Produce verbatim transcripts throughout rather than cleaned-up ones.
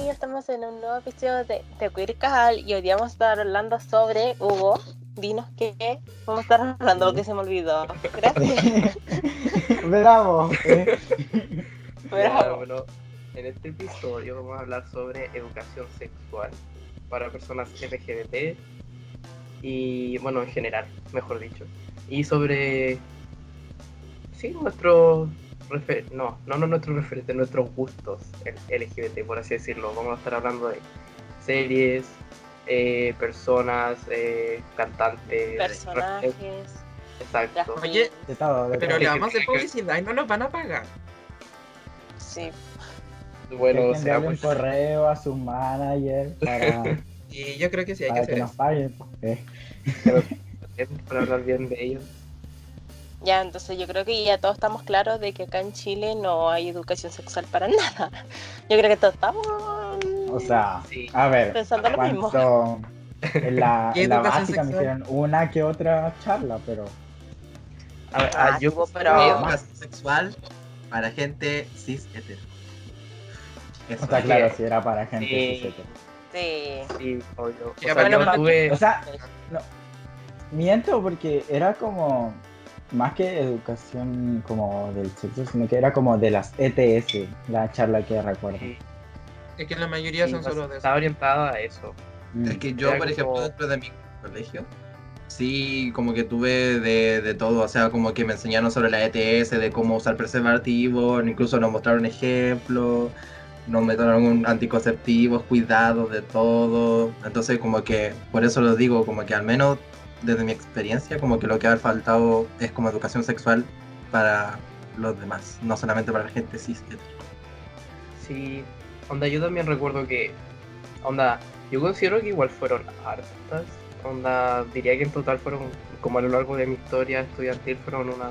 aquí estamos en un nuevo episodio de, de Queer Casual y hoy día vamos a estar hablando sobre Hugo. Dinos qué vamos a estar hablando porque se me olvidó. Gracias. Bravo. Eh. Ya, bueno, en este episodio vamos a hablar sobre educación sexual para personas L G B T y, bueno, en general, mejor dicho. Y sobre, sí, nuestros refer- no, no, no nuestros referentes, nuestros gustos L G B T, por así decirlo. Vamos a estar hablando de series, eh, personas, eh, cantantes, Personajes. Exacto. Oye, De todo, de pero todo. le vamos a hacer publicidad y no nos van a pagar. Sí. Bueno, Hay o que sea, enviarle un pues, correo a su manager para, Y yo creo que sí hay que para hacer que nos eso. paguen. Eh. para hablar bien de ellos. Ya, entonces yo creo que ya todos estamos claros de que acá en Chile no hay educación sexual para nada. Yo creo que todos estamos O sea, Sí. a ver, pensando lo mismo. cuánto en la, ¿Y en la educación básica me sexual? hicieron una que otra charla, pero A ver, Ah, ah, yo, tipo, Hay pero educación sexual para gente cis hetero. Eso está es. claro si era para gente Sí. cis hetero. sí. sí, obvio. O Sí, sea, bueno, yo pero- tuve... O sea, no, miento porque era como más que educación como del sexo, sino que era como de las E T S, la charla que recuerdo. sí, Es que la mayoría sí, son solo de eso. está orientada a eso. Mm. Es que yo, Era por ejemplo, como- dentro de mi colegio, sí, como que tuve de, de todo, o sea, como que me enseñaron sobre la E T S, de cómo usar preservativos, incluso nos mostraron ejemplos, nos metieron anticonceptivos, cuidados de todo, entonces como que, por eso lo digo, como que al menos desde mi experiencia, como que lo que ha faltado es como educación sexual para los demás, no solamente para la gente cis hetero. Sí, onda, yo también recuerdo que... Onda, yo considero que igual fueron hartas. Onda, diría que en total fueron, como a lo largo de mi historia estudiantil, fueron unas...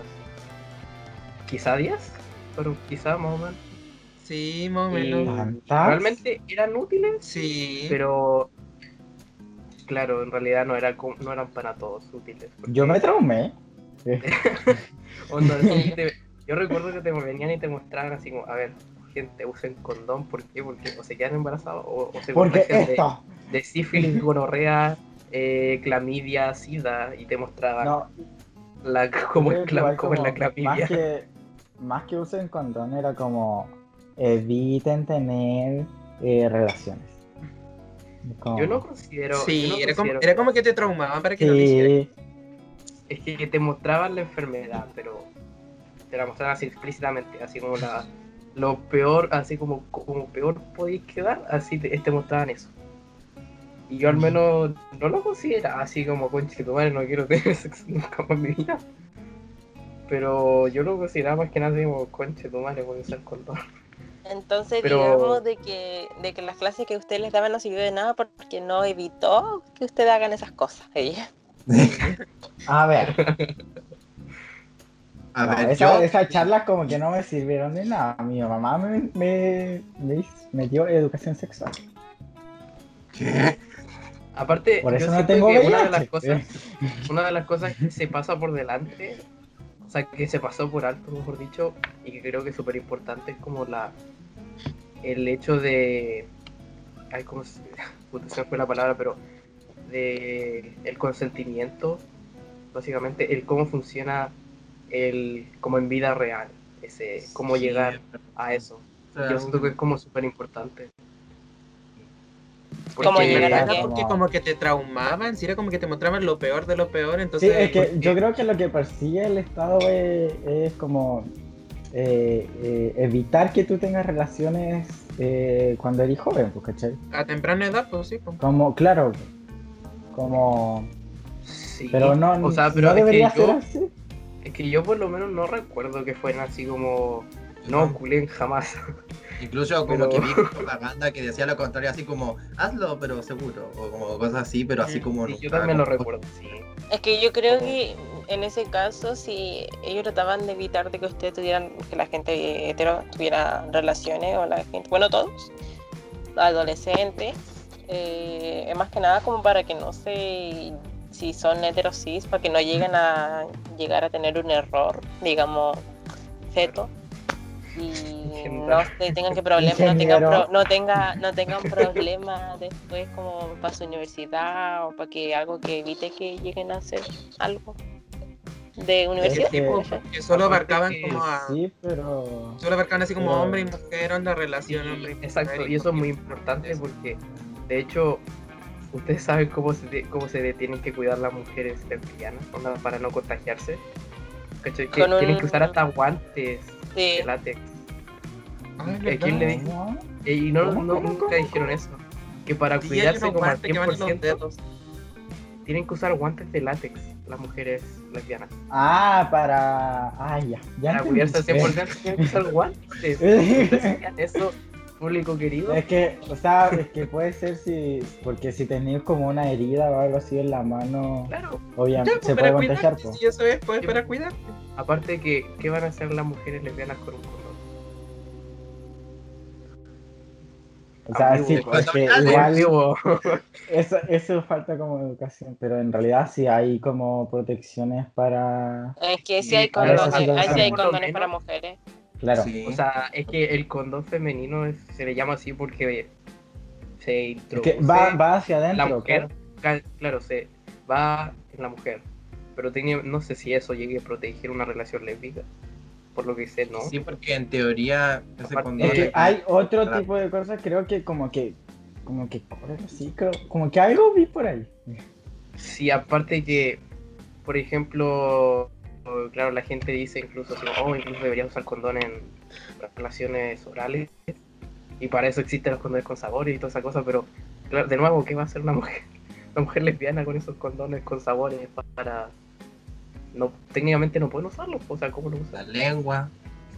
Quizá diez, fueron quizá más o menos. Sí, más o Y menos. ¿Tantas? realmente eran útiles, Sí. pero... Claro, en realidad no, era, co- no eran para todos útiles. porque- Yo me traumé. Eh. Onda, sí, te- yo recuerdo que te venían y te mostraban así como, a ver, gente, usen condón, ¿por qué? Porque o se quedan embarazados o, o se Porque contagian de, esto. de sífilis, gonorrea, eh, clamidia, sida, y te mostraban No, la, cómo, creo es, que cla- igual cómo es la como- clamidia. Más que, más que usen condón era como eviten tener eh, relaciones. Como- Yo no considero... Sí, yo no era, como, considero- era como que te traumaban para que no lo hicieras. Sí, Es que te mostraban la enfermedad, pero te la mostraban así explícitamente, así como la... Lo peor, así como, como peor podéis quedar, así te, te mostraban eso. Y yo al menos no lo consideraba así como, conche tu madre, no quiero tener sexo nunca más en mi vida. Pero yo lo consideraba más que nada así como, conche tu madre, voy a usar condón. Entonces Pero- digamos de que, de que las clases que ustedes les daban no sirvió de nada porque no evitó que ustedes hagan esas cosas. Ella. a ver, A no, ver, esa- yo... esas charlas como que no me sirvieron de nada. Mi mamá me, me, me, hizo- me dio educación sexual. ¿Qué? Aparte, Por yo eso no siento tengo que V I H. una de las cosas, una de las cosas que se pasa por delante, o sea, que se pasó por alto, mejor dicho, y que creo que es súper importante, es como la el hecho de... Ay, ¿cómo se, puta, se me fue la palabra? Pero de el consentimiento, básicamente, el cómo funciona el como en vida real, ese cómo Sí, llegar a eso. Yo siento que es como súper importante. ¿Cómo Porque, llegar a era qué? porque como que te traumaban, sí, era como que te mostraban lo peor de lo peor, Sí, entonces... es que yo creo que lo que persigue el Estado es, es como eh, eh, evitar que tú tengas relaciones eh, cuando eres joven, pues, ¿cachai? A temprana edad, pues sí, pues. Como, claro, como... Sí, Pero no, o sea, pero no debería es que yo, ser así. es que yo por lo menos no recuerdo que fueran así como no culen jamás. Incluso como Pero- que vi propaganda que decía lo contrario, así como, hazlo, pero seguro, o como cosas así, pero así como... Sí, yo nunca, también lo como- recuerdo, sí. Es que yo creo que en ese caso, si ellos trataban de evitar de que ustedes tuvieran, que la gente hetero tuviera relaciones, o la gente, bueno, todos, adolescentes, eh, es más que nada como para que no se, si son heteros cis, para que no lleguen a llegar a tener un error, digamos, feto. y no te tengan que problemas, no tengan, pro, no, tenga, no tengan problemas después como para su universidad o para que algo que evite que lleguen a hacer algo de universidad. Que, tipo, que solo abarcaban que, como a... Sí, pero... Solo abarcaban así como pero... hombre y mujer, onda relación sí, hombre y mujer. Exacto, y eso es muy importante porque, de hecho, ustedes saben cómo se, cómo se tienen que cuidar las mujeres lesbianas, onda, para no contagiarse. ¿Cachai? Que un... tienen que usar hasta guantes sí. de látex. Ay, ¿A quién le dijo? Y no, no, no nunca ¿cómo? Dijeron eso. Que para sí, cuidarse como al cien por ciento tienen que usar guantes de látex las mujeres lesbianas. Ah, para... Ah, ya. ya para cuidarse al cien por ciento tienen que usar guantes. Eso, público querido. Es que, o sea, es que puede ser si... Porque si tenéis como una herida o algo así en la mano... Claro. Obviamente ya, se puede contagiar. Si sí, eso es, pues, sí. Para cuidarte. Aparte que, ¿qué van a hacer las mujeres lesbianas con un condón? O sea, amigo, sí, es que igual eso, eso falta como educación, pero en realidad sí hay como protecciones para... Es que sí hay condones, hay, sí hay condones para mujeres. Claro. Sí. O sea, es que el condón femenino es, se le llama así porque se introduce... Es que va, va hacia adentro. La mujer, claro, claro se va en la mujer, pero tenía, no sé si eso llegue a proteger una relación lésbica. Por lo que sé, ¿no? Sí, porque en teoría ese condón... Es que hay otro tipo de cosas, creo que como que como que así, creo, como que algo vi por ahí. Sí, aparte que, por ejemplo, claro, la gente dice incluso así, oh, incluso deberías usar condón en relaciones orales, y para eso existen los condones con sabores y toda esa cosa, pero claro, de nuevo, ¿qué va a hacer una mujer, una mujer lesbiana con esos condones con sabores para... No, técnicamente no pueden usarlo, o sea, ¿cómo lo usan? La lengua.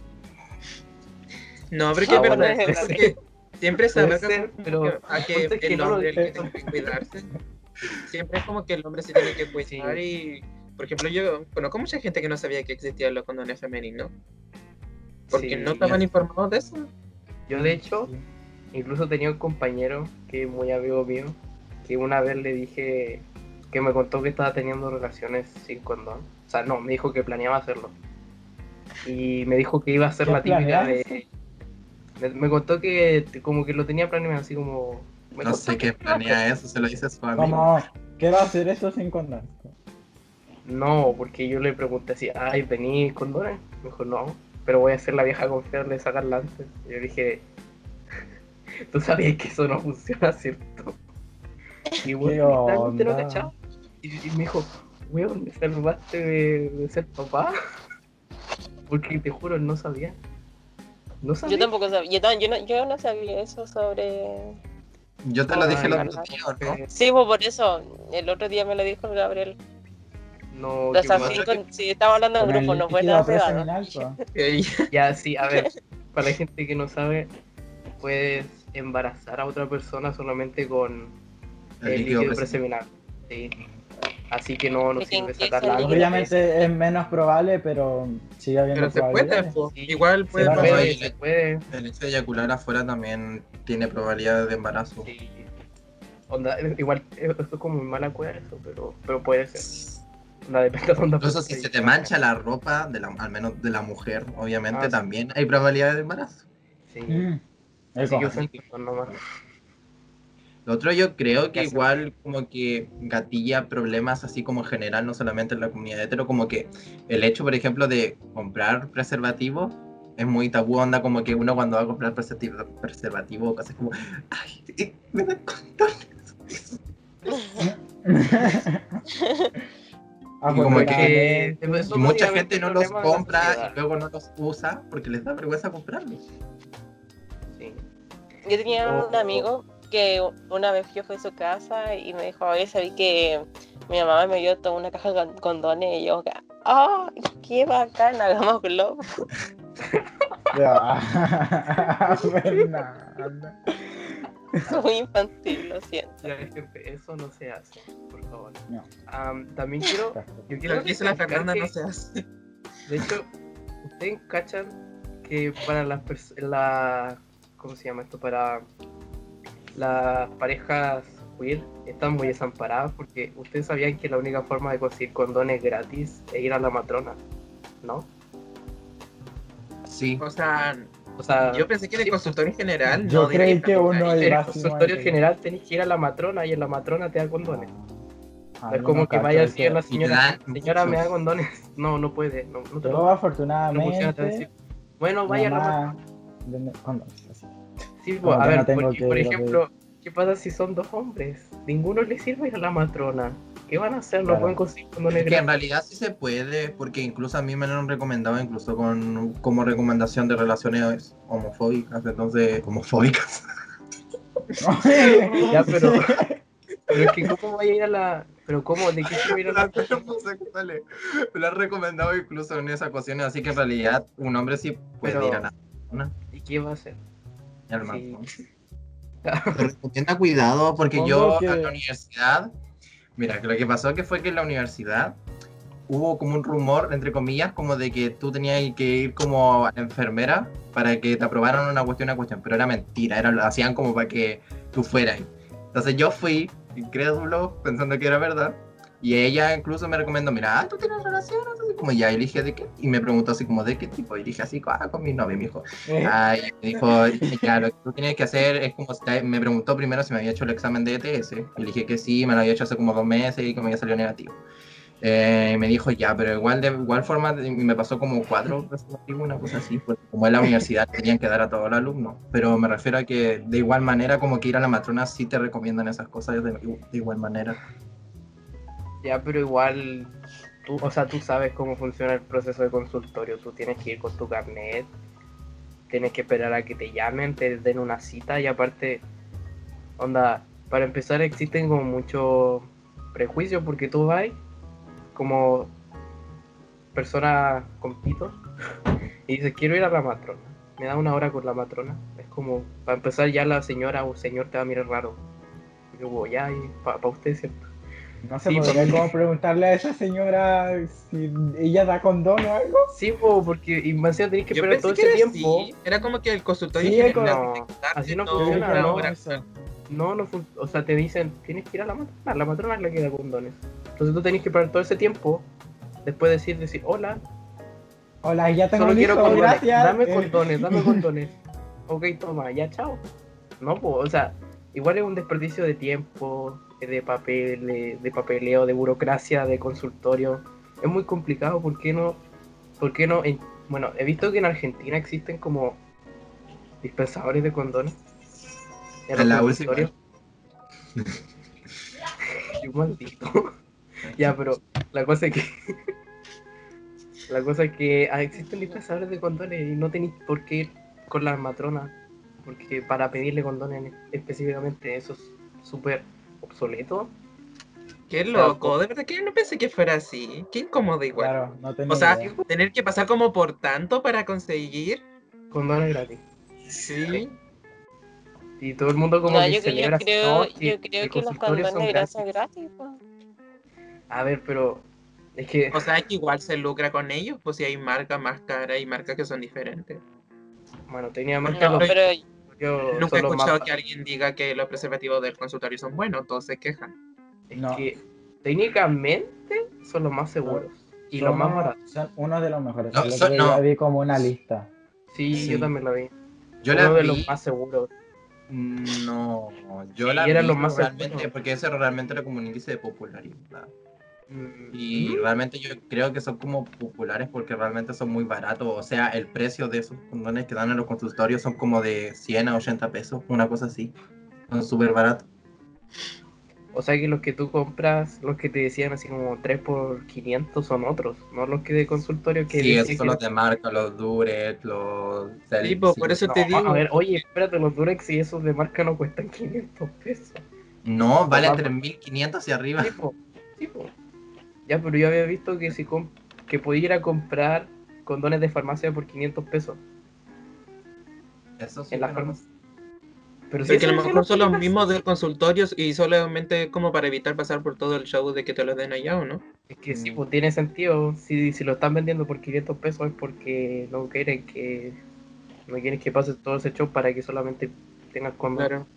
No, pero que verdad, es porque siempre se abarca pero a que el que hombre no el que tiene que cuidarse. Siempre es como que el hombre se tiene que cuidar sí. Y, por ejemplo, yo conozco mucha gente que no sabía que existían los condones femeninos. Porque sí, no estaban informados de eso. Yo, de hecho, incluso tenía un compañero que es muy amigo mío, que una vez le dije que me contó que estaba teniendo relaciones sin condón. O sea, no, me dijo que planeaba hacerlo. Y me dijo que iba a hacer la típica de... Me, me contó que como que lo tenía planeado así como... No sé qué planea eso, se lo dice a su amigo. ¿Cómo? ¿Qué va a hacer eso sin condón? No, porque yo le pregunté así, ay, ¿venís condones? Me dijo, no, pero voy a hacer la vieja confiable de sacarla antes. Y yo dije, tú sabías que eso no funciona, ¿cierto? Y bueno, realmente no cachaba. Y, y me dijo, weón, ¿me salvaste de, de ser papá? Porque te juro, no sabía. No sabía. Yo tampoco sabía, yo, yo, no, yo no sabía eso sobre... Yo te lo dije el otro día, ¿no? Sí, pues por eso, el otro día me lo dijo el Gabriel. No, o sea, sí, con, sí, estamos hablando de grupo, no fue nada privado. Ya, sí, a ver, para la gente que no sabe, puedes embarazar a otra persona solamente con el, el líquido preseminal. Sí. Así que no, no sirve sacarla. Obviamente es menos probable, pero sigue habiendo pero probabilidades. Se puede, pues. Igual puede, se puede, puede, se puede. El hecho de eyacular afuera también tiene probabilidades de embarazo. Sí. Onda, igual, esto es como muy mala cueva eso, pero, pero puede ser. Onda, depende de dónde. Incluso si se te mancha la ropa, de la, al menos de la mujer, obviamente ah, también hay probabilidades de embarazo. Sí. Mm. Así que usan nomás. Lo otro yo creo que igual como que gatilla problemas así como en general, no solamente en la comunidad hetero, como que el hecho, por ejemplo, de comprar preservativos es muy tabú, onda como que uno cuando va a comprar preservativo, preservativo cosas como, ay, me dan condones. Ah, y como que eh, y mucha gente no los compra y luego no los usa porque les da vergüenza comprarlos. Sí. Yo tenía oh, un amigo que una vez yo fui a su casa y me dijo, oye, sabí que mi mamá me dio toda una caja de condones y yo, ¡ah! Oh, ¡qué bacán! Hagamos globo. Muy infantil, lo siento. Ya, jefe, eso no se hace, por favor. No. Um, también quiero... Yo quiero lo que dice la Fernanda que, no se hace. De hecho, ustedes cachan que para las personas... La, ¿cómo se llama esto? Para... Las parejas queer están muy desamparadas porque ustedes sabían que la única forma de conseguir condones gratis es ir a la matrona, ¿no? Sí. O sea, O sea, yo pensé que en el consultorio general Yo no creí diría que tampoco uno ahí. en el iba consultorio así, general tenés que ir a la matrona y en la matrona te da condones. Ah, No es yo como no que cacho vaya a ese- decir a la Y te señora, dan señora me da muchos. condones. No, no puede, no, no te Yo lo no funciona, te va a afortunadamente, decir, bueno, mi vaya a la mamá matrona. vende condones, así. Sí, pues, Como a que ver, no tengo porque, que por ir a ejemplo, ¿qué pasa si son dos hombres? Ninguno les sirve ir a la matrona. ¿Qué van a hacer? No Claro. pueden conseguir condones Es que en gratis. realidad sí se puede, porque incluso a mí me lo han recomendado, incluso con como recomendación de relaciones homofóbicas, entonces, homofóbicas. Ya, pero, pero es que ¿cómo vaya a ir a la... Pero ¿cómo? ¿De qué sirve ir a la Relaciones matrona? homosexuales. Me lo han recomendado incluso en esas ocasiones, así que en realidad un hombre sí puede Pero, ir a la una ¿y qué va a hacer? y al Sí. mazo. Te recomienda cuidado porque Supongo yo que- a la universidad, mira, que lo que pasó que fue que en la universidad hubo como un rumor, entre comillas, como de que tú tenías que ir como a la enfermera para que te aprobaran una cuestión, una cuestión, pero era mentira, era, lo hacían como para que tú fueras. Entonces yo fui, incrédulo, pensando que era verdad, y ella incluso me recomendó, mira, ah, tú tienes relaciones, así como ya, y le dije, ¿de qué? Y me preguntó así como, ¿de qué tipo? Y dije así, ah, con mi novio, y me dijo, ah, y me dijo, ya, lo que tú tienes que hacer es como, si te- me preguntó primero si me había hecho el examen de E T S, y le dije que sí, me lo había hecho hace como dos meses y que me había salido negativo. Eh, me dijo ya, pero igual de igual forma de- me pasó como cuatro preservativos, una cosa así, porque como en la universidad tenían que dar a todos los alumnos, pero me refiero a que de igual manera como que ir a la matrona sí te recomiendan esas cosas de, de igual manera. Ya, pero igual, tú, o sea, tú sabes cómo funciona el proceso de consultorio. Tú tienes que ir con tu carnet, tienes que esperar a que te llamen, te den una cita y aparte, onda, para empezar existen como muchos prejuicios porque tú vas como persona con pito y dices, quiero ir a la matrona. Me da una hora con la matrona. Es como, para empezar ya la señora o señor te va a mirar raro. Y yo voy, ya, para pa usted, ¿cierto? No se Sí, podría pa- como preguntarle a esa señora si ella da condón o algo. Sí, po, porque y más encima tenés que Yo esperar pensé todo que ese era tiempo. así. Era como que el consultorio Sí, general no, tiene que darte así no todo funciona, una ¿no? hora. Eso. No, no fun- o sea, te dicen, tienes que ir a la matrona, la matrona es la que da condones. Entonces tú tenés que esperar todo ese tiempo, después decir, decir, hola, Hola, ya tengo solo un quiero hijo, condones, gracias. dame Eh, condones, dame condones. Ok, toma, ya, chao. No, pues, o sea, igual es un desperdicio de tiempo, de papel, de, de papeleo, de burocracia, de consultorio. Es muy complicado, ¿por qué no? ¿Por qué no? En- bueno, he visto que en Argentina existen como dispensadores de condones en los En la última. consultorios. Qué maldito. Ya, pero la cosa es que la cosa es que ah, existen dispensadores de condones y no tenéis por qué ir con las matronas, porque para pedirle condones específicamente eso es súper obsoleto. Qué O sea, loco, po- de verdad que yo no pensé que fuera así. Qué incómodo igual. Claro, no O tenía sea, idea. tener que pasar como por tanto para conseguir. condones gratis. Sí. Y todo el mundo como No, que yo, que- yo celebra, creo, no, que, yo creo que que los consultorios condones son deberían gratis. ser gratis, pues. A ver, pero es que, O sea, que igual se lucra con ellos, pues si hay marcas más caras y marcas que son diferentes. bueno, tenía Por más que No, los ejemplo, pero consultorios nunca he son los más escuchado que baratos. alguien diga que los preservativos del consultorio son buenos, todos se quejan. Es No. que técnicamente son los más seguros y los Son, más uno, baratos. son uno de los mejores. No, El so- otro día no. vi como una lista. Sí, Sí. yo también lo vi. Yo Uno las de vi. los más seguros. No, yo Sí, las eran vi los más realmente seguros. porque ese realmente era como un índice de popularidad. Mm, Y realmente yo creo que son como populares porque realmente son muy baratos. O sea, el precio de esos condones que dan en los consultorios son como de cien a ochenta pesos, una cosa así. Son súper baratos. O sea que los que tú compras, los que te decían así como tres por quinientos son otros, no los que de consultorio que Sí, esos decían son que los de marca, los Durex, los Sí, pues, por eso no, te a digo. ver, oye, espérate, los Durex y esos de marca no cuestan quinientos pesos. No, O vale más, entre mil quinientos hacia arriba. sí, po, sí, po. Ya, pero yo había visto que si comp- que podía ir a comprar condones de farmacia por quinientos pesos Eso sí en que la no lo farmacia. sé. Pero si Porque a eso lo decían mejor las son los páginas. mismos del consultorio y solamente como para evitar pasar por todo el show de que te los den allá, ¿o no? Es que sí, Mm. pues tiene sentido. Si, si lo están vendiendo por quinientos pesos es porque no quieren que no quieren que pases todo ese show para que solamente tengas condón. Claro.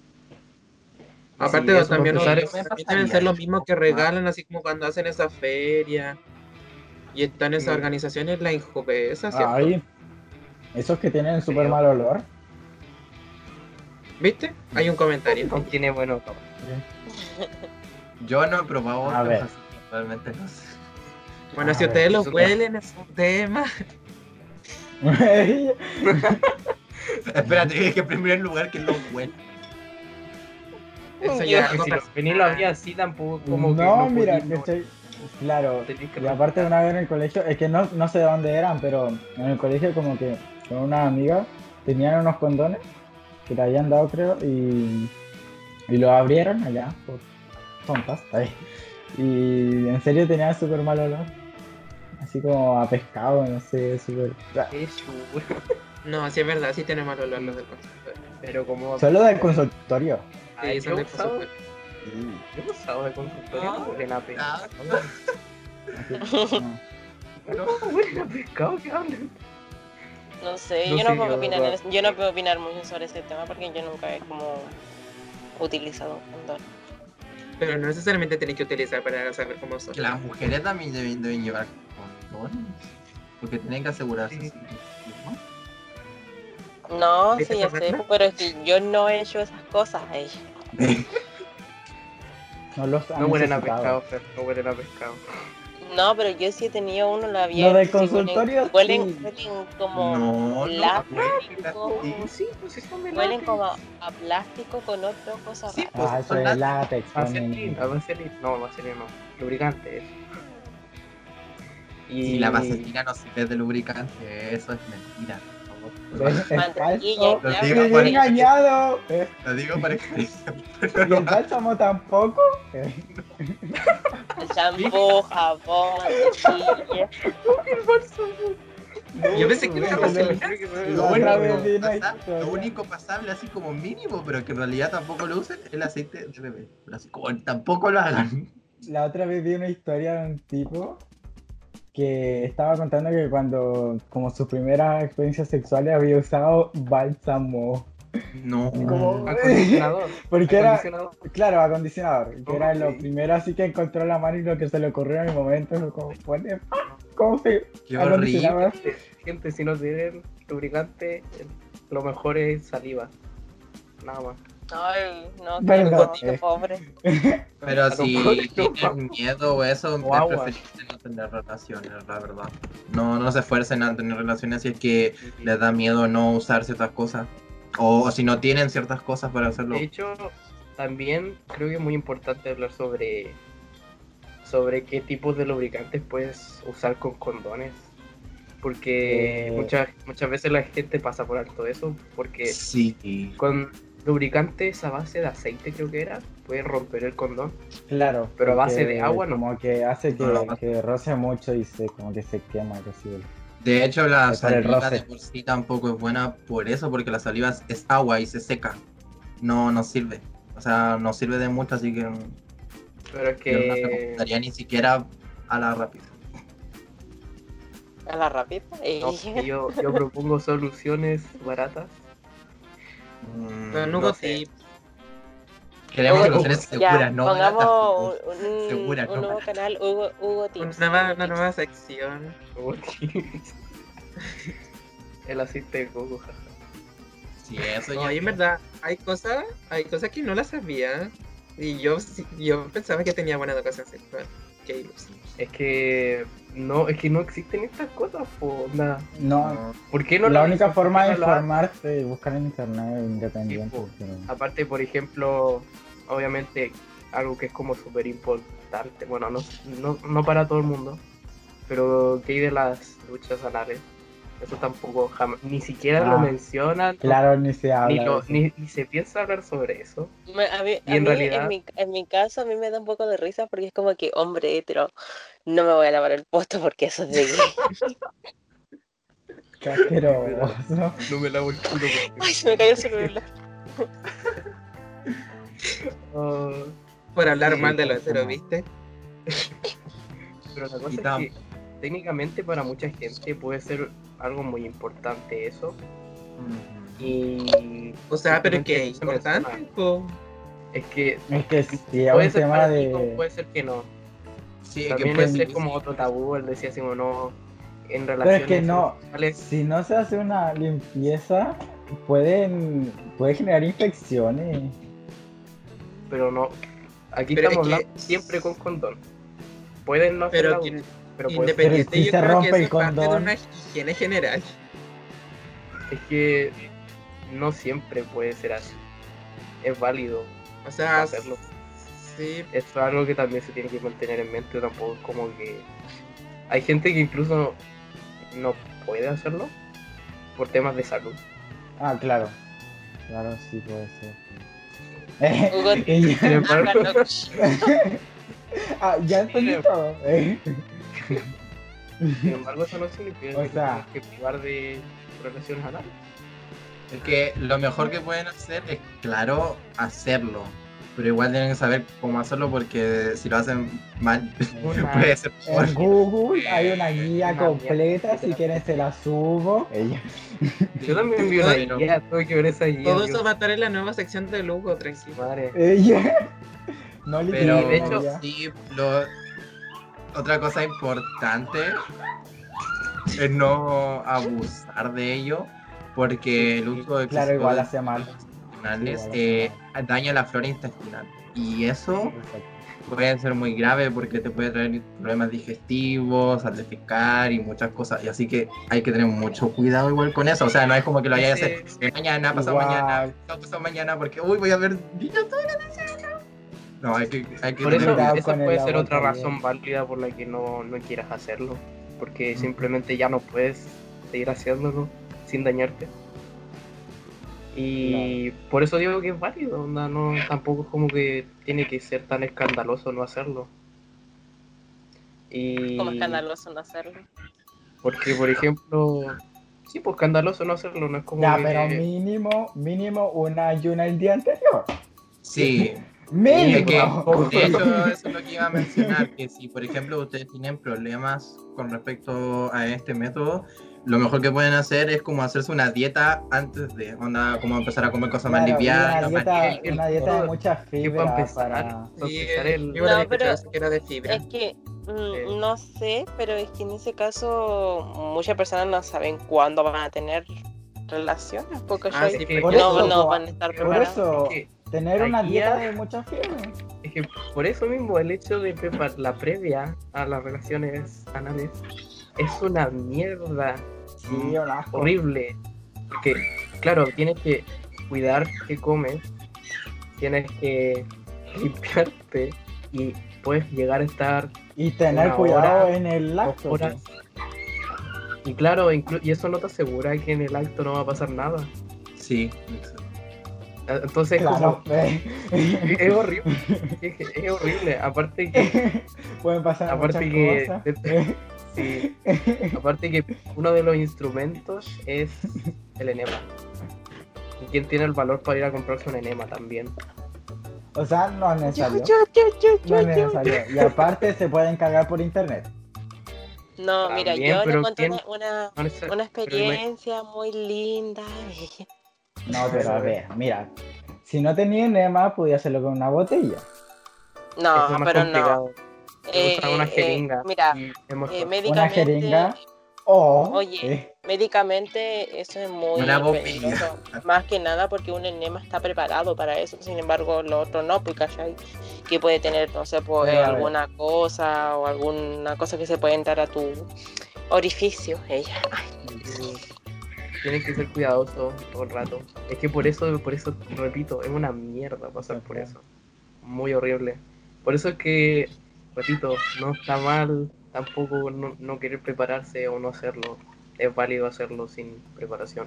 Y Aparte, si eso para también, empezar Sí, yo es... me también deben pasaría ser los eso. mismos que regalan, así como cuando hacen esa feria. Y están esas Mm. organizaciones, la Injopesa, ¿cierto? Ay, Esos que tienen súper mal olor. ¿Viste? Hay un comentario. No tiene buen olor. Yo no he probado A otros, ver. así que realmente no sé. Bueno, A si ver, ustedes los eso- huelen, es un tema. Espérate, es que en primer lugar que lo huele. Eso Yo- ya es Si algo los vinil lo había así tampoco como que no, no mira, podía, no- ¿cachai? Claro, Tenés que y aparte una vez en el colegio, es que no, no sé de dónde eran, pero en el colegio como que con una amiga tenían unos condones que le habían dado creo y, y los abrieron allá, por tontas, ahí. Y en serio tenían súper mal olor, así como a pescado, no sé, súper... Qué chulo. No, sí es verdad, sí tiene mal olor los del consultorio. Pero como... Solo del consultorio. Ay, Sí, son yo he del usado, consultorio. yo he usado de consultorio, no huelen a pescado. Así, no. No, huelen a pescado, ¿qué hablan? No sé, No yo sé, no puedo yo- opinar en es- yo no puedo opinar mucho sobre ese tema porque yo nunca he como utilizado un condón. Pero no necesariamente tenéis que utilizar para saber cómo son. Que las mujeres también deben, deben llevar condones. Porque tienen que asegurarse. Sí. sí, ¿no? No, ¿Viste sí, ya esa sé, regla? pero es que yo no he hecho esas cosas. Ey. No los han No huelen a necesitado. pescado, Fer, no huelen a pescado. No, pero yo sí he tenido uno, la había Lo del visto, sí, consultorio, huelen, sí. huelen, huelen como No, no, plástico, sí. Sí, pues sí son de huelen látex. como a, a plástico con otra cosa Sí, rara. pues, Ah, eso son es látex. látex. Vaselina, ponen- vaselina, no, vaselina no, lubricante eso. Y Si la vaselina no sirve de lubricante, eso es mentira. por favor. Es, es Mantequilla, falso. claro, digo, Viví para- engañado. Eh, Lo digo para experiencia. Y el bálsamo tampoco. Eh, Shampoo, jabón, mantequilla. Yo pensé que era Lo- vaselina. Lo La otra vez único, vi una pasa- historia. lo único pasable, así como mínimo, pero que en realidad tampoco lo usen, es el aceite de bebé. Pero así como tampoco lo hagan. La otra vez vi una historia de un tipo que estaba contando que cuando, como sus primeras experiencias sexuales, había usado bálsamo. No. Como- acondicionador. Porque era, acondicionador. claro, acondicionador. Que era lo Ok. primero así que encontró la mano y lo que se le ocurrió en el momento. Fue como, what the fuck? ¿Cómo se Qué acondicionaba? horrible. Gente, si no tienen lubricante, lo mejor es saliva. Nada más. Ay, no, qué, Perdón, no, qué eh. pobre. Pero A lo si mejor no tienen vamos. miedo o eso, O es agua. preferible no tener relaciones, la verdad. No, no se esfuercen a tener relaciones si es que les da miedo no usar ciertas cosas. O, o si no tienen ciertas cosas para hacerlo. De hecho, también creo que es muy importante hablar sobre sobre qué tipos de lubricantes puedes usar con condones. Porque Eh. muchas muchas veces la gente pasa por alto eso, porque Sí. con lubricantes a base de aceite creo que era, pueden romper el condón. Claro. Pero a base porque de agua, no. Como que hace que, No, no. que roce mucho y se, como que se quema casi. De hecho, la Es para el saliva roce. de por sí tampoco es buena por eso, porque la saliva es- es agua y se seca. No, no sirve. O sea, no sirve de mucho, así que no, Pero es yo no que recomendaría ni siquiera a la rápida. A la rápida. Ey. no, que yo, yo propongo soluciones baratas. Mm, No, no no sé. sí. Queremos Hugo- soluciones ya, seguras, no baratas, pongamos pero un, seguras, un no nuevo baratas. canal, Hugo, Hugo Tips. Una nueva, Hugo una Tips. nueva sección. El aceite de coco, jaja. Sí, eso No, ya. y en verdad, hay cosas, hay cosas que no las sabía. Y yo, sí- yo pensaba que tenía buena educación sexual. Que sí. Es que no, es que no existen estas cosas, po, onda. No, No. ¿Por qué no la lo única dicen? forma de ¿Por qué no lo hacen? informarte es buscar en internet independiente. Sí, po. pero- Aparte, por ejemplo, obviamente, algo que es como súper importante, bueno, no, no, no para todo el mundo, pero que hay de las duchas anales, eso tampoco jamás, ni siquiera lo Ah, mencionan, Claro, ni se habla. ni, de lo, eso. ni, ni se piensa hablar sobre eso. Me- A mí, Y a en mí, realidad- en, mi, en mi caso, a mí me da un poco de risa porque es como que, hombre hetero, no me voy a lavar el poto porque eso es de gay. Qué asqueroso. No me lavo el culo Ay, se me cayó el celular. porque... Por hablar Sí, mal de por los heteros, favor. ¿viste? Pero la Y cosa tam- es que técnicamente para mucha gente puede ser algo muy importante eso. Y O sea, pero es que es simplemente se importante. menciona. Po. Es que Es que sí, es puede un ser tema para ti, como de. puede ser que no. Sí, es que También pues, es sí, como sí. otro tabú, él decía así como no, en Pero relaciones es que no, sexuales, si no se hace una limpieza, pueden, puede generar infecciones. pero no. Aquí Pero estamos es que- hablando siempre con condón. Pueden no hacer Pero la que- uña, pero pueden- Independiente, Pero si yo se creo rompe que el eso es parte de condón. una higiene general. es que no siempre puede ser así. Es válido O sea, hacerlo. sí, Esto es algo que también se tiene que mantener en mente. Tampoco es como que hay gente que incluso no puede hacerlo por temas de salud. Ah, claro. Claro, sí puede ser. Hugo, Y- Sin embargo, ah, ya entendí todo. eh. sin embargo, eso no significa O que sea- tienes que privar de relaciones anales. Es que lo mejor que pueden hacer es, claro, hacerlo. Pero igual tienen que saber cómo hacerlo porque si lo hacen mal, Una- puede ser peor. En Google hay una guía Una completa, mierda. si quieren se la subo. Ella. Yo también vi una Bueno. guía, tuve que ver esa guía. todo Dios, eso va a estar en la nueva sección de Lugo, tranquilo. madre. Ella. No le Pero Sí, de hecho, sí, lo- otra cosa importante es no abusar de ello, porque el uso de Claro, igual hace mal. intestinales Sí, igual hace eh, daña la flora intestinal. Y eso puede ser muy grave porque te puede traer problemas digestivos, al defecar y muchas cosas. Y así que hay que tener mucho cuidado igual con eso. O sea, no es como que lo vayas a hacer de mañana, pasado Igual. mañana, pasado, pasado mañana, porque uy, voy a ver niños toda la noche. No, hay que, hay que Por tener eso, cuidado esa con el puede ser agua otra caliente. razón válida por la que no, no quieras hacerlo. Porque simplemente ya no puedes seguir haciéndolo sin dañarte. Y por eso digo que es válido, onda, no, tampoco es como que tiene que ser tan escandaloso no hacerlo. Y como escandaloso no hacerlo. porque, por ejemplo, sí, pues escandaloso no hacerlo, no es como Ya, que- pero mínimo, mínimo una ayuna el día anterior. Sí, Mínimo. es que, de hecho, eso es lo que iba a mencionar, que si, por ejemplo, ustedes tienen problemas con respecto a este método, lo mejor que pueden hacer es como hacerse una dieta antes de, onda, como empezar a comer cosas más Claro, y livianas, una más dieta, libres. una dieta de mucha que fibra para empezar, para... para Sí, empezar el- igual había No, pero- escuchado que era de fibra. Es que mm, Eh. no sé, pero es que en ese caso muchas personas no saben cuándo van a tener relaciones, porque Ah, yo- sí, que- Por no, eso, no po, van a estar por preparados. eso, Es que- tener una aquí dieta ya- de mucha fibra. Es que por eso mismo el hecho de preparar la previa a las relaciones anales es una mierda Sí, un asco. horrible. Porque, claro, tienes que cuidar qué comes, tienes que limpiarte y puedes llegar a estar Y tener una cuidado hora, en el dos lacto. horas. Y claro, inclu- y eso no te asegura que en el acto no va a pasar nada. Sí, exacto. Entonces, Claro, como, es horrible. Es, es horrible. Aparte que pueden pasar Aparte muchas que- cosas. Sí, aparte que uno de los instrumentos es el enema. ¿Y quién tiene el valor para ir a comprarse un enema también? O sea, no es necesario. Yo, yo, yo, No yo, es yo. necesario. Y aparte se pueden cargar por internet. No, mira, También, yo le pero encontré ¿quién- una, una, No neces- una pero no hay- experiencia muy linda. No, pero a ver, mira. Si no tenía enema, podía hacerlo con una botella. No, es más pero no. complicado. Eh, Usa una eh, jeringa. mira, y es mejor. eh, Una médicamente, jeringa o... Oye. eh, médicamente eso es muy Una bobilla. peligroso. Más que nada porque un enema está preparado para eso. Sin embargo, lo otro no, pues, ¿cachai? Que puede tener, no sé, pues, Pero, a ver. alguna cosa o alguna cosa que se puede entrar a tu orificio. Ella. Tienes que ser cuidadoso todo el rato. Es que por eso, por eso, repito, es una mierda pasar por eso. Muy horrible. Por eso es que, repito, no está mal tampoco no, no querer prepararse o no hacerlo. Es válido hacerlo sin preparación.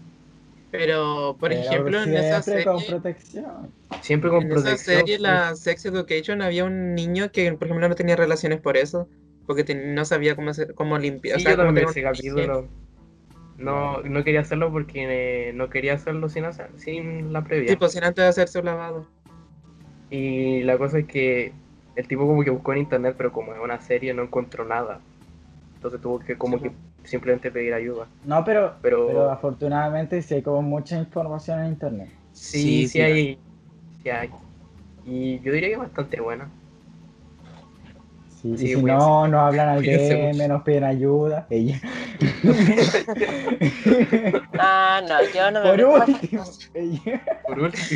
Pero, por pero ejemplo, en esa siempre con serie, protección. Siempre con en esa protección. serie, la Sex Education, había un niño que, por ejemplo, no tenía relaciones por eso, porque ten- no sabía cómo hacer, cómo limpiar. Sí, o sea, yo cómo también vi tener ese una higiene. capítulo. No, no quería hacerlo porque eh, no quería hacerlo sin hacer, sin la previa. Sí, pues sin antes de hacerse un lavado. Y la cosa es que el tipo como que buscó en internet, pero como es una serie no encontró nada. Entonces tuvo que como Sí, que simplemente pedir ayuda. No, pero, Pero, pero afortunadamente sí hay como mucha información en internet. sí, Sí, sí, sí hay, sí hay. Y yo diría que es bastante buena. Sí, Sí, y si cuídense. no, nos hablan al Cuídense D M, mucho. nos piden ayuda. Ella. Ah, no, yo no me Por meto en esas último, cosas. ella. Por último.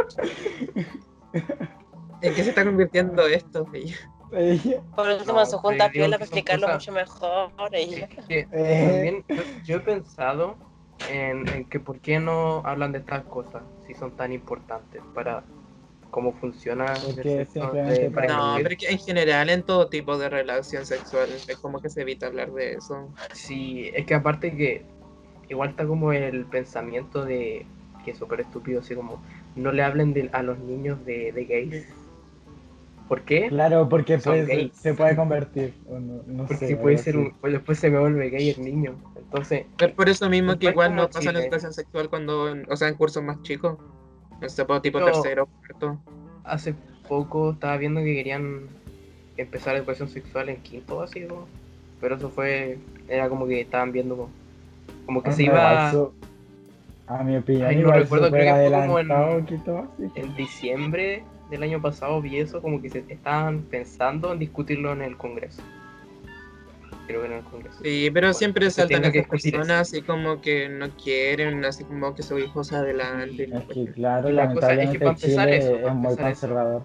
¿En qué se está convirtiendo esto? Ella? Ella. Por último, No, su pero junta yo digo piola que para son explicarlo cosas. mucho mejor. Ella. Es que Eh, también yo, yo he pensado en, en que por qué no hablan de estas cosas si son tan importantes para cómo funciona el Porque es sexo simplemente de pareja tabú. No, gay. pero que en general en todo tipo de relación sexual es como que se evita hablar de eso. Sí, es que aparte que igual está como el pensamiento de que es súper estúpido, así como no le hablen de, a los niños de, de gays. ¿Por qué? Claro, porque Porque son pues, se, gays. se puede convertir. O no, no Porque sé, puede algo ser así. un. Pues después se me vuelve gay el niño. Entonces, Pero por eso mismo un que país igual como no pasan Chile, educación sexual cuando, o sea, en cursos más chicos. No sé, tipo tipo yo tercero, cuarto. hace poco estaba viendo que querían empezar educación sexual en quinto básico, pero eso fue, era como que estaban viendo como, como que se Bueno, igual iba, su, a mi opinión, ay no igual recuerdo, súper creo que fue como adelantado, en, Quito básico. en diciembre del año pasado vi eso, como que se estaban pensando en discutirlo en el Congreso, creo que en el Congreso. Sí, pero Bueno, siempre que se saltan tenga que estas discutir eso. personas así como que no quieren, así como que su hijo se adelante. Y, Es que, claro, y la cosa es que para lamentablemente empezar eso, Chile para es muy empezar eso, conservador.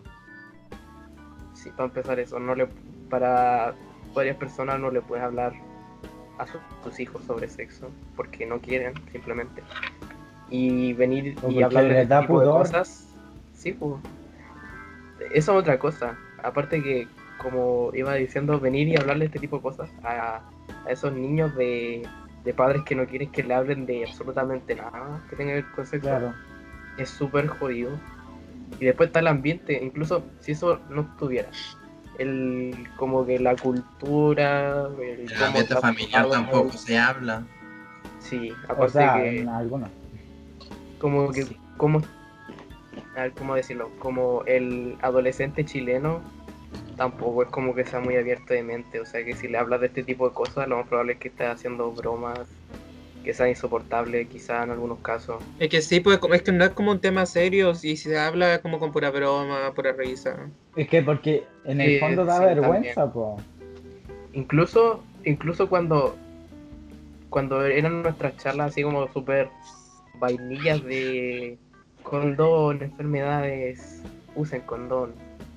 sí, para empezar eso, no le, para varias personas no le puedes hablar a su- sus hijos sobre sexo porque no quieren simplemente y venir O y porque hablar de les este da tipo de pudor. cosas, sí, pues eso es otra cosa, aparte que como iba diciendo, venir y hablar de este tipo de cosas a, a esos niños de, de padres que no quieren que le hablen de absolutamente nada que tenga que ver con sexo, Claro. es súper jodido. Y después está el ambiente, incluso si eso no estuviera, el como que la cultura, el El cómo ambiente familiar tratarlo, tampoco el- se habla. sí, O aparte sea, que en algunos. como que Sí. como a ver, cómo decirlo, como el adolescente chileno tampoco es como que sea muy abierto de mente, o sea que si le hablas de este tipo de cosas, lo más probable es que esté haciendo bromas que sean insoportables quizás en algunos casos. Es que sí, pues como- es que no es como un tema serio, y se habla como con pura broma, pura risa. Es que porque en el Eh, fondo da sí, también. vergüenza, po. Incluso, incluso cuando, cuando eran nuestras charlas así como súper vainillas de condón, enfermedades, usen condón.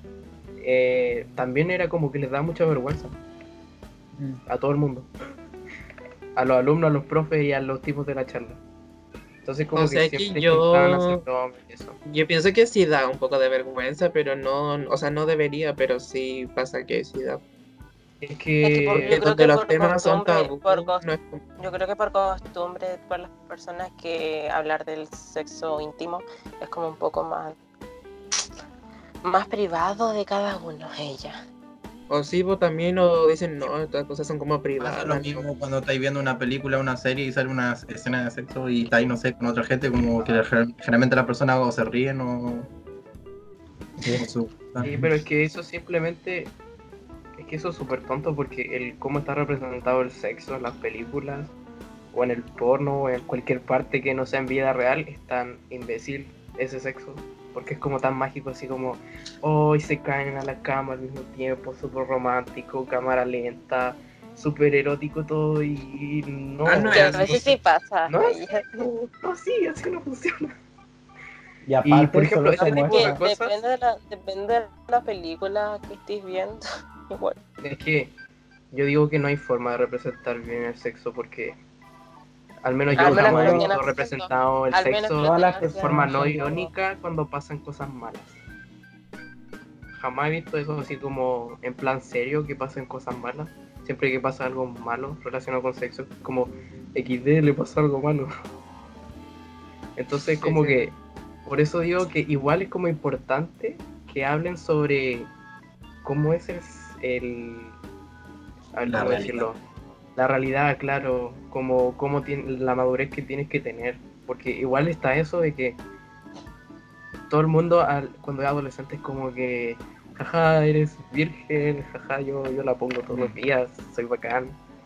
Eh, también era como que les da mucha vergüenza Mm. a todo el mundo, a los alumnos, a los profes y a los tipos de la charla. Entonces O como que sea, que siempre intentaban hacer yo, bromas y eso. yo pienso que sí da un poco de vergüenza, pero no, o sea, no debería, pero sí pasa que sí da. Es Es que por- que, yo Que creo donde que los por temas son costumbre, tabú, por cos- no es como... yo creo que por costumbre, por las personas que hablar del sexo íntimo es como un poco más, más privado de cada uno, ella. O sí, pues también o dicen, no, estas cosas son como Pasa privadas. lo ¿no? mismo cuando estáis viendo una película, una serie y sale una escena de sexo y estáis, no sé, con otra gente, como que gen- generalmente las personas o se ríen o, Sí. o se sí, pero es que eso simplemente, es que eso es súper tonto porque el cómo está representado el sexo en las películas o en el porno o en cualquier parte que no sea en vida real es tan imbécil ese sexo, porque es como tan mágico, así como hoy se caen a la cama al mismo tiempo, súper romántico, cámara lenta, súper erótico todo y no, Ah, no Que es a así. veces sí pasa. no, así, ella. no, no, sí, así no funciona. Y Y por aparte ejemplo, solo se este tipo de muestra. Que cosas depende de la, depende de la película que estés viendo. Igual. es que yo digo que no hay forma de representar bien el sexo porque al menos Es yo Al que menos jamás he que lo todo, estén visto haciendo. representado el Al menos que lo sexo todas estén las de forma personas haciendo. no son irónica cuando pasan cosas malas. Jamás he visto eso así como en plan serio que pasen cosas malas. Siempre que pasa algo malo relacionado con sexo, como equis de le pasó algo malo. Entonces Sí, como sí. que por eso digo que igual es como importante que hablen sobre cómo es el, el a ver La cómo realidad. decirlo, la realidad, claro, como, como tiene, la madurez que tienes que tener, porque igual está eso de que todo el mundo al, cuando es adolescente es como que, jaja, eres virgen, jaja, yo, yo la pongo todos los días, soy bacán,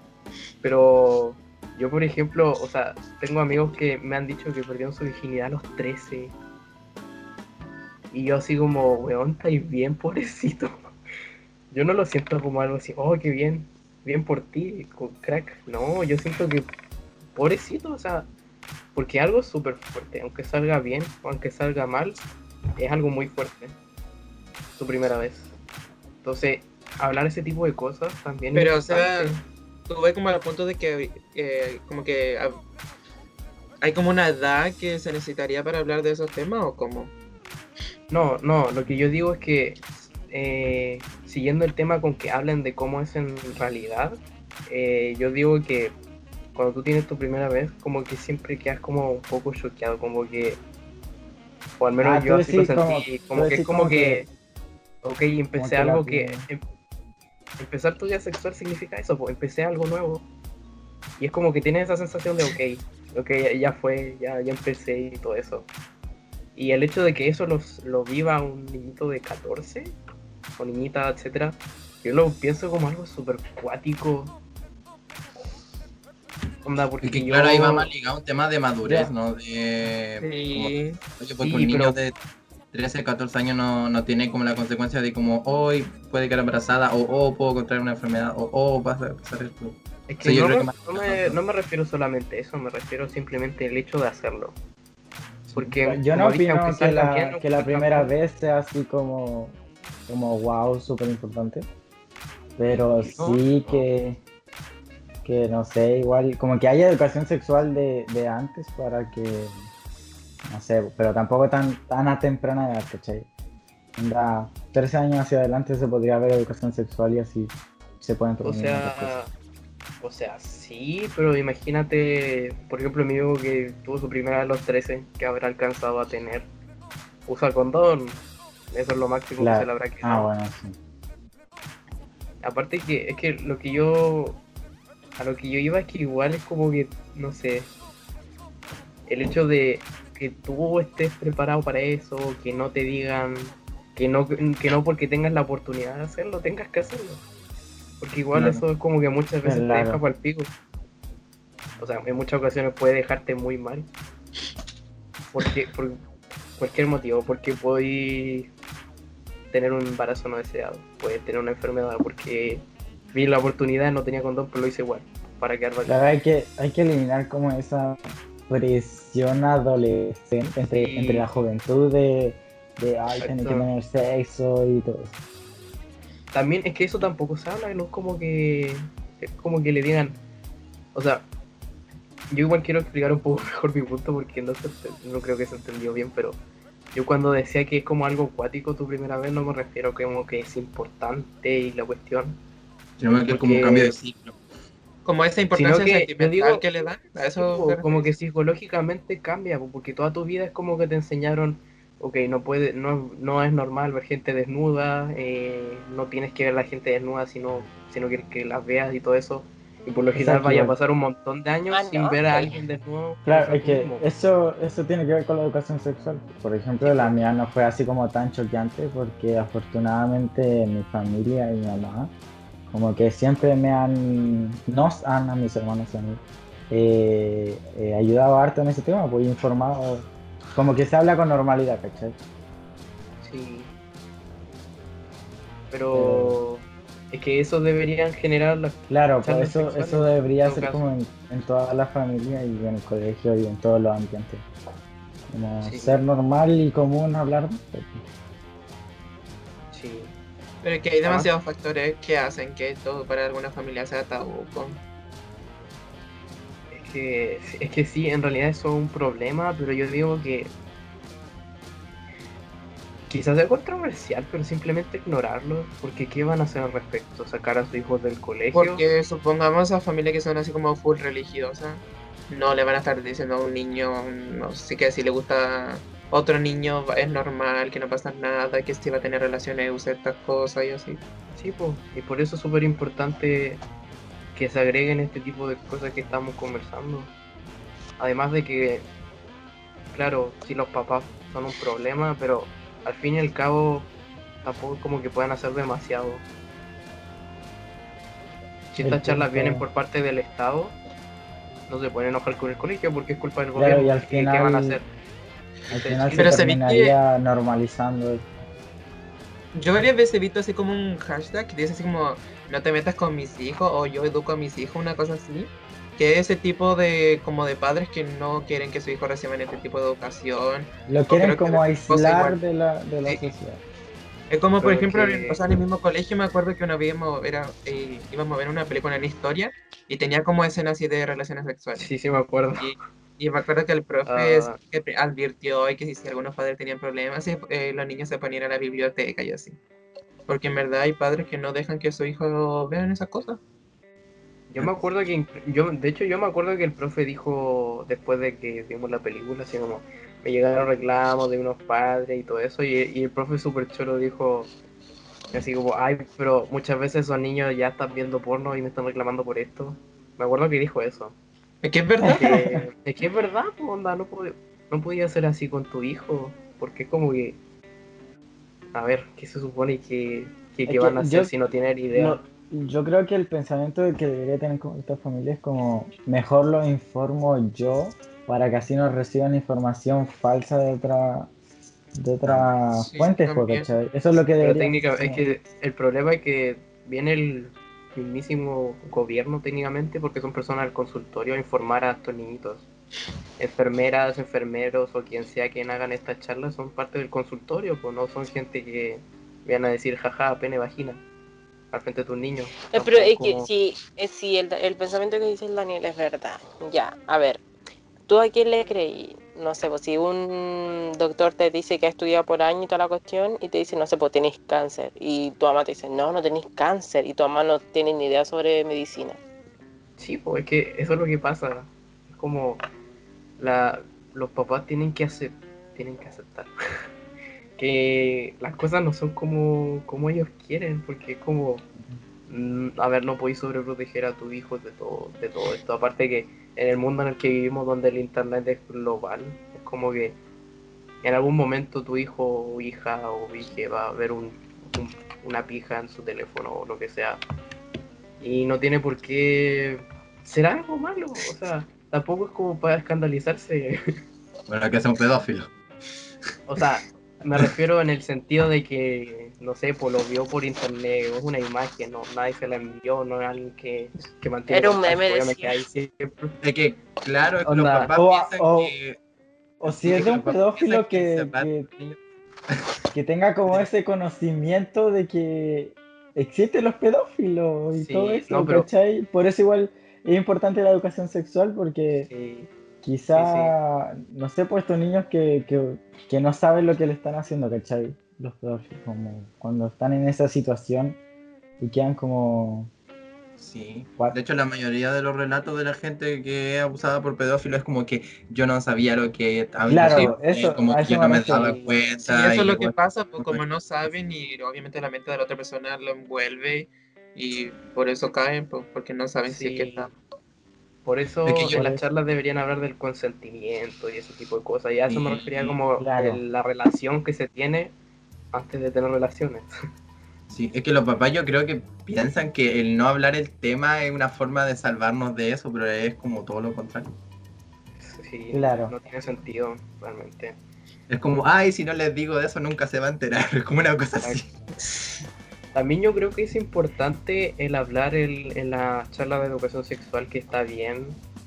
pero yo por ejemplo, o sea, tengo amigos que me han dicho que perdieron su virginidad a los trece, y yo así como, weón, estáis bien, pobrecito. yo no lo siento como algo así, oh, qué bien, bien por ti, crack. No, yo siento que, pobrecito, o sea, porque algo es súper fuerte, aunque salga bien o aunque salga mal, es algo muy fuerte, tu primera vez. Entonces, hablar ese tipo de cosas también Pero, es o sea, tú ves como al punto de que, eh, como que ah, hay como una edad que se necesitaría para hablar de esos temas, ¿o cómo? No, no, lo que yo digo es que, eh, siguiendo el tema con que hablen de cómo es en realidad, eh, yo digo que cuando tú tienes tu primera vez, como que siempre quedas como un poco choqueado, como que, o al menos Ah, yo tú así lo decís como, sentí, tú como que es decís como como que, que, ok, como empecé que la algo que, primera. em- empezar tu vida sexual significa eso, pues empecé algo nuevo, y es como que tienes esa sensación de, ok, ok, ya, ya fue, ya, ya empecé y todo eso. Y el hecho de que eso los, lo viva un niñito de catorce, o niñita, etcétera, yo lo pienso como algo súper cuático. Onda, Y porque que yo... claro, ahí va más ligado a un tema de madurez, Ya. ¿no? De, como, Sí. oye, porque Sí, un niño pero- de trece, catorce años no, no tiene como la consecuencia de como hoy puede quedar embarazada, o oh, puedo contraer una enfermedad, o oh, vas a pasar esto. Es O que sea, yo no creo que me, más no, me, no me refiero solamente a eso, me refiero simplemente al hecho de hacerlo. Porque, Yo no como dije, aunque opino que salgan bien, la, aunque que la salgan primera mal, vez sea así como, como wow, súper importante. Pero no, sí no. que, que no sé, igual, como que haya educación sexual de, de antes para que, no sé, pero tampoco tan, tan a temprana edad, ¿cachai? Onda, trece años hacia adelante se podría ver educación sexual y así se pueden O prevenir otras cosas. sea, o sea, sí, pero imagínate, por ejemplo, mi amigo que tuvo su primera a los trece, que habrá alcanzado a tener, usa condón, eso es lo máximo que se Claro. le habrá Ah, quedado. bueno, sí. Aparte que es que lo que yo a lo que yo iba es que igual es como que, no sé, el hecho de que tú estés preparado para eso, que no te digan, que no, que no porque tengas la oportunidad de hacerlo, tengas que hacerlo. Porque igual Claro. eso es como que muchas veces te Claro. deja para el pico. O sea, en muchas ocasiones puede dejarte muy mal. Porque, por cualquier motivo, porque podéis tener un embarazo no deseado, puedes tener una enfermedad, porque vi la oportunidad, no tenía condón, pero lo hice igual, para quedar valiente. Claro, hay que, hay que eliminar como esa presión adolescente entre, Sí. entre la juventud de, de ay, tener que Exacto. tener sexo y todo eso. También es que eso tampoco se habla, no es como que es como que le digan, o sea, yo igual quiero explicar un poco mejor mi punto porque no, se, no creo que se entendió bien, pero yo cuando decía que es como algo acuático tu primera vez no me refiero como que es importante y la cuestión, Sino que es como un porque- cambio de ciclo. Como esa importancia Sino que, yo sentimental digo- que le dan, a sí, eso po, me como que referís. psicológicamente cambia, po, porque toda tu vida es como que te enseñaron, ok, no puede, no, no es normal ver gente desnuda, eh, no tienes que ver a la gente desnuda, sino, sino que, que las veas y todo eso. Y por lo general Exacto, vaya a igual. pasar un montón de años Ah, sin ¿no? ver a alguien desnudo que no Claro, sea es tú que mismo. eso, eso tiene que ver con la educación sexual. Por ejemplo, Sí, la po. mía no fue así como tan choqueante porque afortunadamente mi familia y mi mamá como que siempre me han, nos han, a mis hermanos y a mí, eh, eh, ayudado harto en ese tema, pues informado, como que se habla con normalidad, ¿cachai? Sí. Pero es que eso deberían generar las Claro, pues charlas eso, sexuales, eso debería en todo ser caso. como en, en toda la familia y en el colegio y en todos los ambientes. Como Sí. ser normal y común hablar de esto. Sí. Pero es que hay demasiados factores que hacen que todo para alguna familia sea tabú. con- Es que, es que sí, en realidad eso es un problema, pero yo digo que quizás es controversial, pero simplemente ignorarlo, porque ¿qué van a hacer al respecto? ¿Sacar a sus hijos del colegio? Porque supongamos a familias que son así como full religiosas, no le van a estar diciendo a un niño, no sé qué, si le gusta otro niño es normal, que no pasa nada, que si va a tener relaciones usa estas cosas y así. Sí, pues, y por eso es súper importante que se agreguen este tipo de cosas que estamos conversando. Además de que, claro, sí los papás son un problema, pero al fin y al cabo tampoco es como que puedan hacer demasiado. Si El estas charlas punto- vienen por parte del Estado, no se pueden enojar con el colegio porque es culpa del Claro, gobierno. y al ¿Qué- ¿Qué, final- van a hacer? Al Este, final sí, se Pero ¿sabéis terminaría normalizando. yo varias veces he visto así como un hashtag que dice así como no te metas con mis hijos o yo educo a mis hijos, una cosa así. Que es ese tipo de como de padres que no quieren que su hijo reciba este tipo de educación. Lo quieren como aislar de la, de la sí. sociedad. Es como, por ejemplo, que... o sea, en el mismo colegio me acuerdo que una vez íbamos, era, eh, íbamos a ver una película en historia y tenía como escenas así de relaciones sexuales. Sí, sí, me acuerdo. Y, y me acuerdo que el profe uh... que advirtió y que si, si algunos padres tenían problemas, eh, los niños se ponían a la biblioteca y así. Porque en verdad hay padres que no dejan que su hijo vean esas cosas. Yo me acuerdo que, yo, de hecho yo me acuerdo que el profe dijo, después de que vimos la película, así como, me llegaron reclamos de unos padres y todo eso, y, y el profe súper chulo dijo, así como, ay, pero muchas veces esos niños ya están viendo porno y me están reclamando por esto. Me acuerdo que dijo eso. Es que es verdad. Que, es que es verdad, pues, onda, no, pod- no podía ser así con tu hijo, porque es como que, a ver, ¿qué se supone que, que, que van a hacer yo, si no tienen idea? No. Yo creo que el pensamiento que debería tener esta familia es como, mejor lo informo yo para que así no reciban información falsa de otra de otras sí, fuentes, ¿cachai? Eso es lo que debería. Pero técnica, es que el problema es que viene el mismísimo gobierno técnicamente porque son personas del consultorio a informar a estos niñitos. Enfermeras, enfermeros o quien sea quien hagan estas charlas son parte del consultorio, pues no son gente que vayan a decir jaja, pene, vagina al frente de tus niños. Eh, pero es como... que si, es, si el, el pensamiento que dice el Daniel es verdad, ya, a ver, ¿tú a quién le creí? No sé, pues si un doctor te dice que ha estudiado por años y toda la cuestión y te dice, no sé, pues tenéis cáncer, y tu mamá te dice, no, no tenéis cáncer, y tu mamá no tiene ni idea sobre medicina. Sí, pues es que eso es lo que pasa, es como la, los papás tienen que, hacer, tienen que aceptar que las cosas no son como, como ellos quieren, porque es como, mm, a ver, no podéis sobreproteger a tu hijo de todo, de todo esto. Aparte que en el mundo en el que vivimos, donde el internet es global, es como que en algún momento tu hijo o hija o hija va a ver un, un, una pija en su teléfono o lo que sea, y no tiene por qué ser algo malo, o sea, tampoco es como para escandalizarse. Bueno, que sea un pedófilo. O sea, me refiero en el sentido de que, no sé, pues lo vio por internet, es una imagen, no, nadie se la envió, no es alguien que, que mantiene... Era un meme de que hay siempre. Es que, claro, es que Onda, los papás o, piensan o, que... O si es de un pedófilo que, que, que tenga como ese conocimiento de que existen los pedófilos y sí, todo eso, no, pero... ¿cachai? Por eso igual es importante la educación sexual porque... Sí. Quizá, sí, sí. no sé, pues estos niños que, que, que no saben lo que le están haciendo, ¿cachai? Los pedófilos, como cuando están en esa situación y quedan como... Sí, ¿What? De hecho la mayoría de los relatos de la gente que es abusada por pedófilos es como que yo no sabía lo que... Claro, eso, como que yo no me daba cuenta. Sí, eso es lo que pasa, pues como no saben y obviamente la mente de la otra persona lo envuelve y por eso caen, pues, porque no saben sí. si es que está... Por eso es que yo, en las charlas deberían hablar del consentimiento y ese tipo de cosas. Y a eso sí, me refería como claro. el, la relación que se tiene antes de tener relaciones. Sí, es que los papás yo creo que piensan que el no hablar el tema es una forma de salvarnos de eso, pero es como todo lo contrario. Sí, claro. No tiene sentido, realmente. Es como, ay, si no les digo de eso nunca se va a enterar, es como una cosa así. También yo creo que es importante el hablar el, en la charla de educación sexual que está bien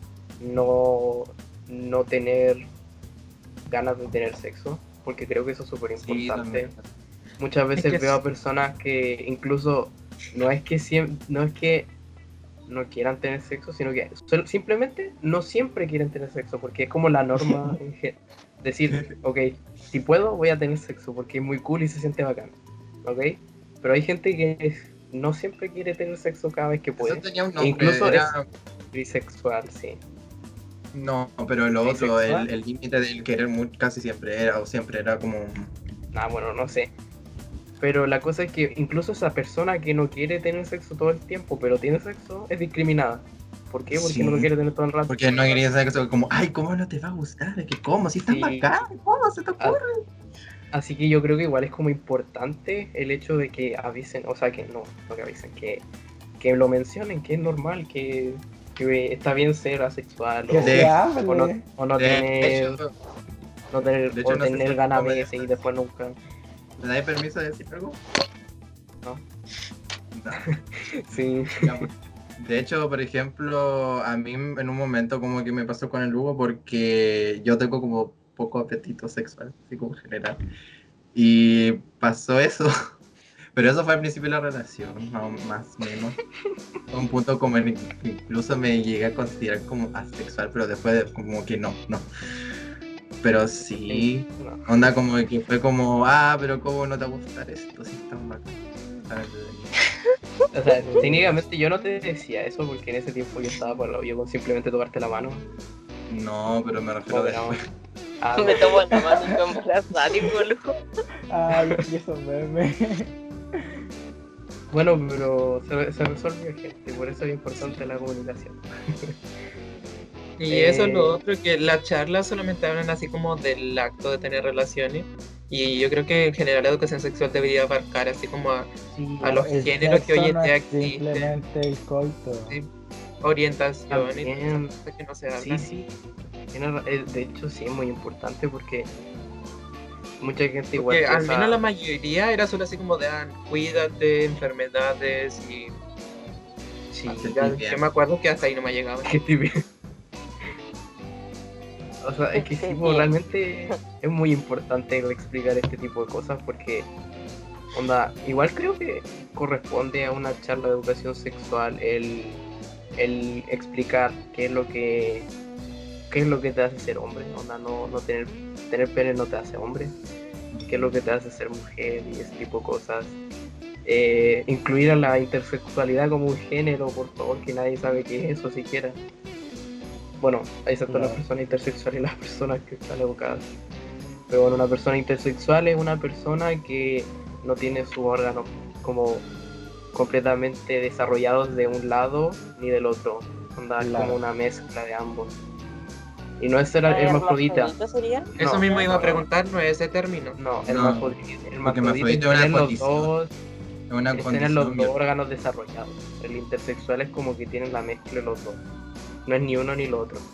no, no tener ganas de tener sexo, porque creo que eso es súper importante. Sí, muchas veces es que veo a personas que incluso no es que siempre, no es que no quieran tener sexo, sino que simplemente no siempre quieren tener sexo, porque es como la norma decir, ok, si puedo voy a tener sexo porque es muy cool y se siente bacán, ok. Pero hay gente que no siempre quiere tener sexo cada vez que puede. Eso tenía un nombre, incluso era... es bisexual, sí. No, pero lo otro, el límite del querer muy, casi siempre era, o siempre era como... Ah, bueno, no sé. Pero la cosa es que incluso esa persona que no quiere tener sexo todo el tiempo, pero tiene sexo, es discriminada. ¿Por qué? Porque sí. no lo quiere tener todo el rato. Porque no quería saber sexo, como, ay, ¿cómo no te va a gustar? ¿De que cómo? Si estás sí. bacán, ¿cómo se te ocurre? Así que yo creo que igual es como importante el hecho de que avisen, o sea, que no, no que avisen, que, que lo mencionen, que es normal, que, que está bien ser asexual, que o, se o no, o no tener, hecho, no tener, de hecho, o no tener ganas de ese y después nunca. ¿Me dais permiso de decir algo? No. No. Sí. De hecho, por ejemplo, a mí en un momento como que me pasó con el Hugo porque yo tengo como poco apetito sexual, así como general. Y pasó eso. Pero eso fue al principio de la relación, más o menos. Fue un punto como en el que incluso me llegué a considerar como asexual, pero después de, como que no, no. Pero sí, onda como que fue como, ah, pero ¿cómo no te va a gustar esto? Si está bacán. O sea, técnicamente yo no te decía eso porque en ese tiempo yo estaba por lo obvio con simplemente tocarte la mano. No, pero me refiero a después. Ah, Me tomo la mano y como la loco. Ay, y esos memes. bueno, pero se, se resolvió, gente, por eso es importante la comunicación. Y Eh, eso es lo otro, que las charlas solamente hablan así como del acto de tener relaciones. Y yo creo que en general la educación sexual debería abarcar así como a, sí, a los El géneros que sexo hoy en no día es existen, simplemente el coito. sí, orientación y También. todas esas cosas que no se hablan. Sí, sí. Tiene ra- eh, De hecho, sí es muy importante porque mucha gente igual Porque al piensa- menos la mayoría era solo así como de ah, cuídate, enfermedades y Sí, Hace- ya, bien. yo me acuerdo que hasta ahí no me llegaba. que te ve. O sea, es que sí, Bien. pues, realmente es muy importante explicar este tipo de cosas porque, onda, igual creo que corresponde a una charla de educación sexual el, el explicar qué es lo que qué es lo que te hace ser hombre, onda, no, no tener, tener pene no te hace hombre, qué es lo que te hace ser mujer y ese tipo de cosas. Eh, incluir a la intersexualidad como un género, por favor, que nadie sabe qué es eso siquiera. Bueno, excepto Claro. las personas intersexuales y las personas que están educadas. Pero bueno, una persona intersexual es una persona que no tiene sus órganos como completamente desarrollados de un lado ni del otro. Onda, es Claro. como una mezcla de ambos. Y no es ser Ah, hermafrodita. ¿hermafrodita sería? Eso No, mismo iba no, a preguntar, no es ese término. No, No, hermafrodita, porque hermafrodita es hermafrodita es una tener los condición. dos, Es una es tener los condición dos biológica. órganos desarrollados. El intersexual es como que tienen la mezcla de los dos. No es ni uno ni lo otro.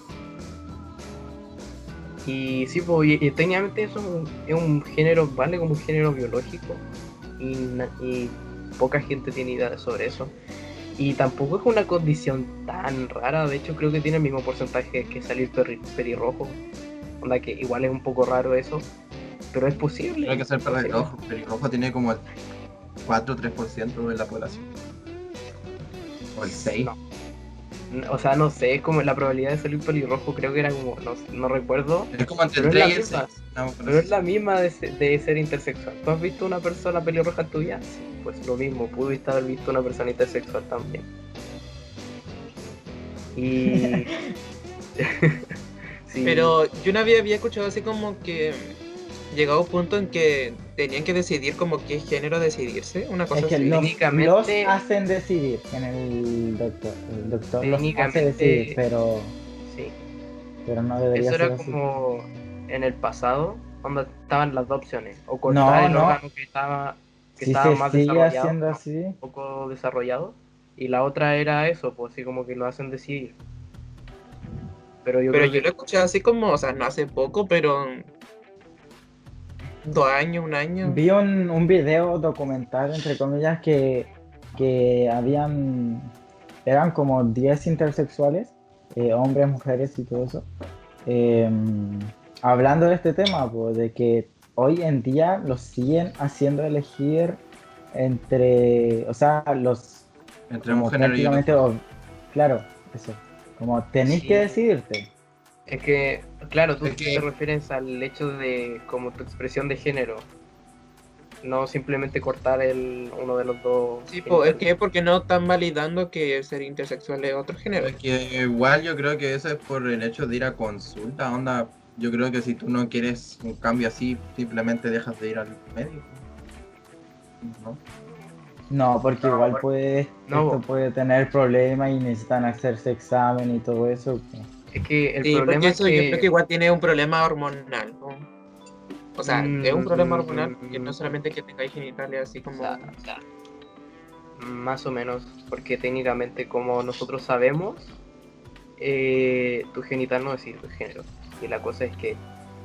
Y sí, pues, y, y técnicamente eso es un, es un género, vale como un género biológico. Y, na- y poca gente tiene idea sobre eso. Y tampoco es una condición tan rara. De hecho, creo que tiene el mismo porcentaje que salir perri- pelirrojo. Onda que igual es un poco raro eso. Pero es posible. Creo que es el es posible. pelirrojo. El pelirrojo tiene como el cuatro o tres por ciento de la población. O el seis. No. O sea, no sé, es como la probabilidad de salir pelirrojo, creo que era como, no, no recuerdo, Es como entre Pero el es la tres y el misma. seis. No, pero es la misma de, se- de ser intersexual. ¿Tú has visto una persona pelirroja en tu vida? Sí, pues lo mismo, pudiste haber visto una persona intersexual también. Y... sí, Pero yo una vez había escuchado así como que llegaba un punto en que tenían que decidir como qué género decidirse, una cosa Es que así. los, técnicamente- los hacen decidir en el doctor. El doctor los hace Técnicamente- decidir, pero, sí. pero no debería Eso ser era así. como en el pasado, cuando estaban las dos opciones. O No, cortar el no. órgano que estaba, que Si estaba se más sigue desarrollado. haciendo ¿no? así, Un poco desarrollado, y la otra era eso, pues así como que lo hacen decidir. Pero yo Pero creo yo lo que escuché así como, o sea, no hace poco, pero dos años, un año. vi un, un video documental, entre comillas, que, que habían, eran como diez intersexuales, eh, hombres, mujeres y todo eso, eh, hablando de este tema, pues, de que hoy en día los siguen haciendo elegir entre, o sea, los Entre como un género y prácticamente, otro. o- claro, eso, como tenéis Sí. que decidirte. es que, claro, tú Es que- te refieres al hecho de como tu expresión de género, no simplemente cortar el uno de los dos. Sí, pues es genitales. que porque no están validando que ser intersexual es otro género. Es que igual yo creo que eso es por el hecho de ir a consulta, onda. Yo creo que si tú no quieres un cambio así, simplemente dejas de ir al médico. ¿No? No, porque No, igual por- puede, no. esto puede tener problemas y necesitan hacerse examen y todo eso. pues. Es que el Sí, problema porque es eso que... yo creo que igual tiene un problema hormonal, ¿no? O sea, Mm, es un problema hormonal que mm, no solamente que tengáis genitales así O como... sea, o sea, más o menos, porque técnicamente como nosotros sabemos, eh, tu genital no decide tu género. Y la cosa es que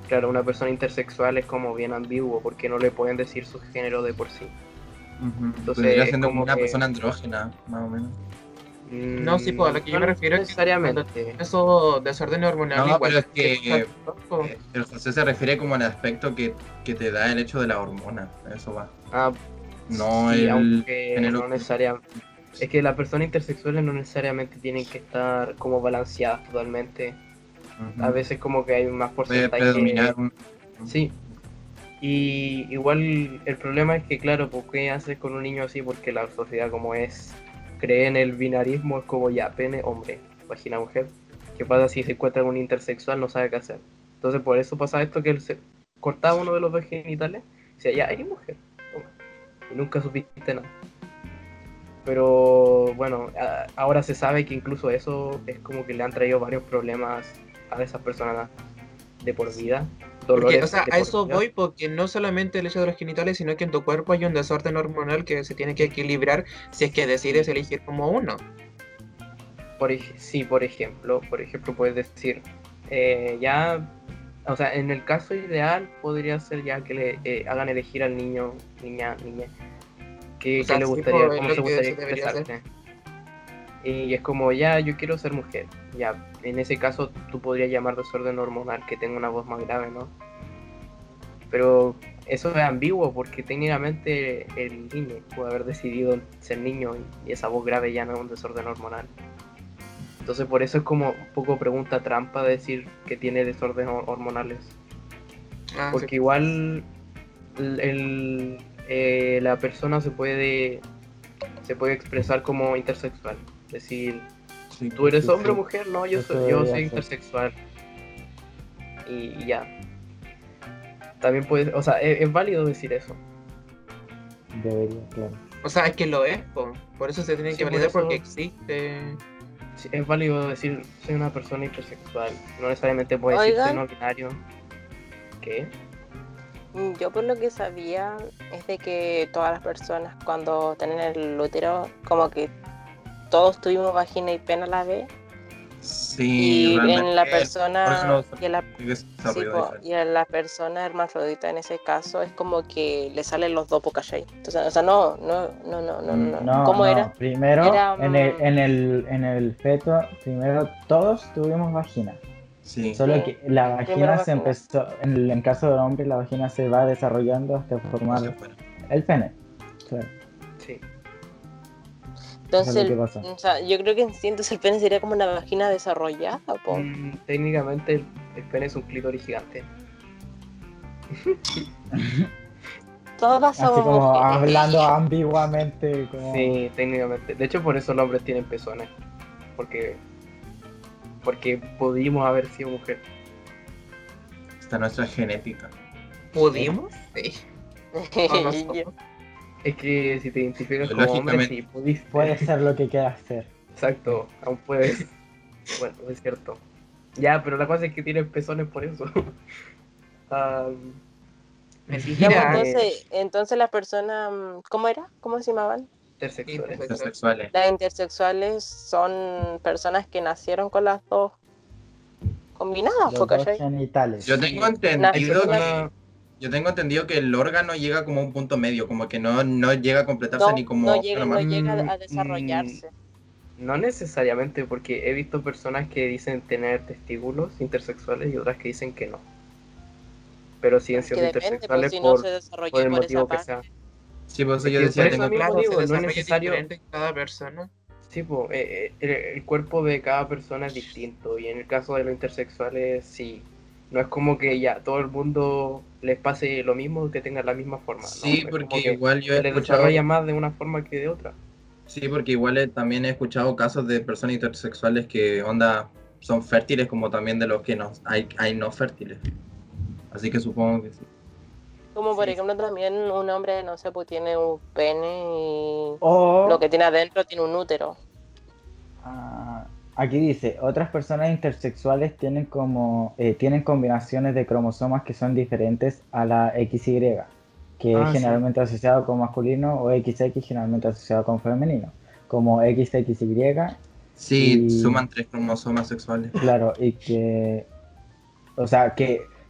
claro, una persona intersexual es como bien ambiguo porque no le pueden decir su género de por sí. Uh-huh. Entonces, Podría es siendo como como una que- persona andrógena, más o menos. Mm, No, sí, pues a lo que yo me no refiero es que necesariamente. eso desorden hormonal No, igual. pero es que es- eh, el José se refiere como al aspecto que, que te da el hecho de la hormona, a eso va. Ah, No sí, el aunque género. no necesariamente. Es que las personas intersexuales no necesariamente tienen que estar como balanceadas totalmente. Ujú. A veces como que hay más Puede porcentaje. predominar un... Sí. Y igual el problema es que, claro, ¿por qué haces con un niño así? Porque la sociedad como es, cree en el binarismo, es como ya, pene, hombre, vagina, mujer. ¿Qué pasa si se encuentra con un intersexual? No sabe qué hacer. Entonces por eso pasa esto, que él se cortaba uno de los dos genitales y decía, ya, eres mujer. Toma. Y nunca supiste nada. Pero bueno, a- ahora se sabe que incluso eso es como que le han traído varios problemas a esas personas de por vida. Porque, Dolores o sea, de a por eso vida. voy porque no solamente el hecho de los genitales, sino que en tu cuerpo hay un desorden hormonal que se tiene que equilibrar si es que decides elegir como uno. Por, ej- sí, por ejemplo, por ejemplo puedes decir, eh, ya, o sea, en el caso ideal podría ser ya que le eh, hagan elegir al niño, niña, niña, que, O sea, que le sí, gustaría, pues, es cómo lo se que gustaría se debería hacer. expresarse. Y es como, ya, yo quiero ser mujer. Ya, en ese caso tú podrías llamar desorden hormonal que tenga una voz más grave, ¿no? Pero eso es ambiguo porque técnicamente el niño puede haber decidido ser niño y esa voz grave ya no es un desorden hormonal. Entonces por eso es como un poco pregunta trampa decir que tiene desórdenes hor- hormonales. Ah, Porque sí. igual el, el- eh, la persona se puede se puede expresar como intersexual. Decir, Sí, ¿tú eres Sí, hombre o sí. mujer? No, yo Eso soy, yo debería soy ser. intersexual. Y, y ya. También puede, o sea, es, es válido decir eso. Debería, claro. O sea, es que lo es, po. Por eso se tiene Sí, que por validar eso- porque existe. Sí, es válido decir soy una persona intersexual. No necesariamente puede decir soy Oigan. no binario. ¿Qué? Mm, Yo por lo que sabía es de que todas las personas cuando tienen el útero, como que todos tuvimos vagina y pene a la vez. Sí, Y realmente en la el persona órgano y en la, se desarrolló sí, po, diferente. y en la persona hermafrodita en ese caso es como que le salen los dos po, ¿cachai? Entonces, o sea, no, no, no, no, no, no. No, ¿Cómo no, era? primero Era, en, el, mm, en, el, en el feto, primero todos tuvimos vagina. Sí. Solo Sí, que la primero vagina se vagina. empezó, en el en caso del hombre, la vagina se va desarrollando hasta hacia formar afuera. el pene. Claro, Sí. Entonces, eso es lo el- que pasa. o sea, yo creo que en sí, entonces el pene sería como una vagina desarrollada, po. Mm, técnicamente el, el pene es un clítoris gigante. Todos Así somos como mujeres. hablando ambiguamente, como... Sí, técnicamente. De hecho, por eso los hombres tienen pezones. Porque. Porque pudimos haber sido mujer. Está nuestra genética. ¿Pudimos? Sí. No, no Y somos. yo- Es que si te identificas como hombre, Lógicamente. sí, pudiste. Puede ser lo que quieras ser. Exacto, aún puedes. Bueno, es cierto. Ya, pero la cosa es que tienes pezones por eso. Ah, Me Ya, pues, Mira, entonces, entonces las personas, mm, ¿cómo era? ¿Cómo se llamaban? intersexuales. Intersexual. Intersexuales. Las intersexuales son personas que nacieron con las dos combinadas, Los po, dos ¿cachai? genitales. Yo tengo Hay entendido que personas. yo tengo entendido que el órgano llega como a un punto medio, como que no, no llega a completarse No, ni como no llega, no nomás. llega a Mm, desarrollarse. No necesariamente, porque he visto personas que dicen tener testículos intersexuales y otras que dicen que no. Pero siguen Es que siendo depende, intersexuales pues si no por, se desarrolló por el por esa motivo que parte. sea. Sí, por eso Es yo que decía, por eso tengo mismo Claro, digo, se no es desarrolla necesario. diferente en cada persona. Sí, po, eh, eh, el, el cuerpo de cada persona es distinto y en el caso de los intersexuales sí. No es como que ya todo el mundo les pase lo mismo, que tengan la misma forma. ¿no? Sí, Es como porque que igual yo he se les escuchado, desarrolla más de una forma que de otra. sí, porque igual he- también he escuchado casos de personas intersexuales que onda son fértiles como también de los que no hay, hay no fértiles. Así que supongo que sí. Como por Sí. ejemplo también un hombre, no sé, pues tiene un pene y O, lo que tiene adentro tiene un útero. ah, aquí dice, otras personas intersexuales tienen como eh, tienen combinaciones de cromosomas que son diferentes a la equis ye, que Ah, es sí. generalmente asociado con masculino, o equis equis generalmente asociado con femenino, como equis equis ye, Sí, Y- suman tres cromosomas sexuales. claro, y que, o sea, que,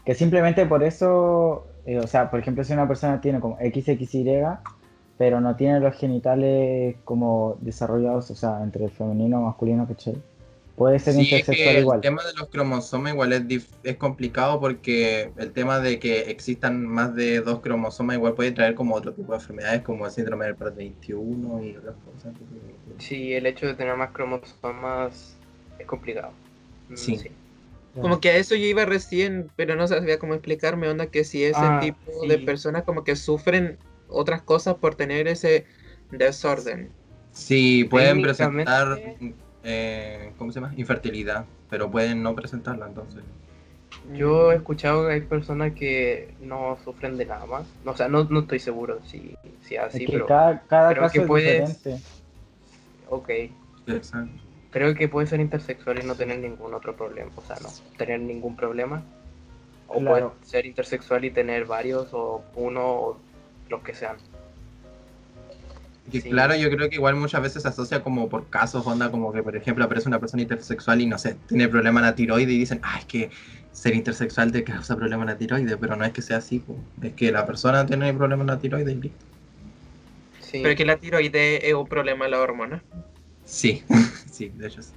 que simplemente por eso, eh, o sea, por ejemplo, si una persona tiene como equis equis y, pero no tiene los genitales como desarrollados, o sea, entre el femenino y masculino, ¿cachai? Puede ser Sí, es intersexual que el igual. tema de los cromosomas igual es, dif- es complicado porque el tema de que existan más de dos cromosomas igual puede traer como otro tipo de enfermedades como el síndrome del par veintiuno y otras cosas. Sí, el hecho de tener más cromosomas es complicado. Mm, Sí. sí. Como que a eso yo iba recién, pero no sabía cómo explicarme, onda, que si ese Ah, tipo sí. de personas como que sufren otras cosas por tener ese desorden. Sí, pueden Técnicamente- presentar, eh, ¿cómo se llama? Infertilidad, pero pueden no presentarla entonces. Yo he escuchado que hay personas que no sufren de nada más. O sea, no, no estoy seguro si, si es así, Es que pero cada, cada creo caso que es puedes- diferente. ok. Exacto. Creo que puede ser intersexual y no tener ningún otro problema. O sea, no tener ningún problema. O Claro. puede ser intersexual y tener varios, o uno, o los que sean. Que Sí. claro, yo creo que igual muchas veces se asocia como por casos, onda, como que por ejemplo aparece una persona intersexual y no sé, tiene problema en la tiroide y dicen, ah, es que ser intersexual te causa problema en la tiroide, pero no es que sea así, po. Es que la persona tiene problema en la tiroide y listo. Sí. Pero que la tiroides es un problema de la hormona. Sí, sí, de hecho sí.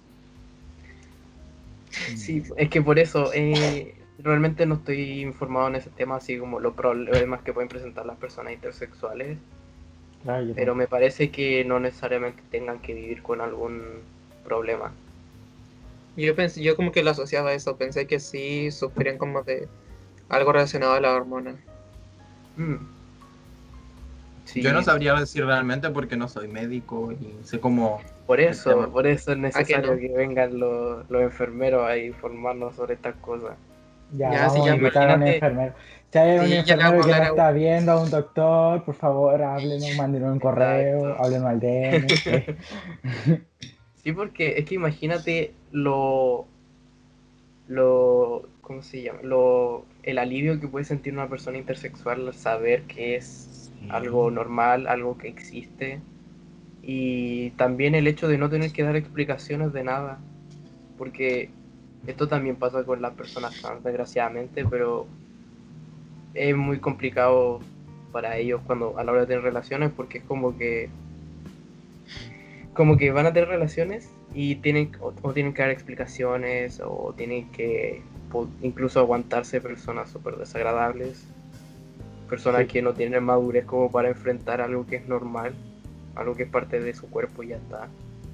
Sí, es que por eso eh, realmente no estoy informado en ese tema, así como los problemas que pueden presentar las personas intersexuales, Claro, yo pero me parece que no necesariamente tengan que vivir con algún problema. Yo pensé, yo como que lo asociaba a eso, pensé que sí sufrían como de algo relacionado a la hormona. Mm. Sí, Yo no sabría decir realmente porque no soy médico y sé cómo... por el eso, tema. por eso es necesario no? que vengan los, los enfermeros a informarnos sobre estas cosas. Ya, Ya, vamos sí, a ya, invitar a un imagínate- enfermero. Si hay un Sí, ya le enfermero vamos a que hablar nos a- está viendo, a un doctor, por favor, háblenos, mándenos un correo, Exacto. háblenos al D M. eh. Sí, porque es que imagínate lo, lo, ¿cómo se llama? Lo, el alivio que puede sentir una persona intersexual al saber que es algo normal, algo que existe, y también el hecho de no tener que dar explicaciones de nada, porque esto también pasa con las personas trans, desgraciadamente, pero es muy complicado para ellos cuando a la hora de tener relaciones, porque es como que como que van a tener relaciones y tienen o, o tienen que dar explicaciones o tienen que po- incluso aguantarse personas súper desagradables, personas Sí. que no tienen madurez como para enfrentar algo que es normal, algo que es parte de su cuerpo y ya está.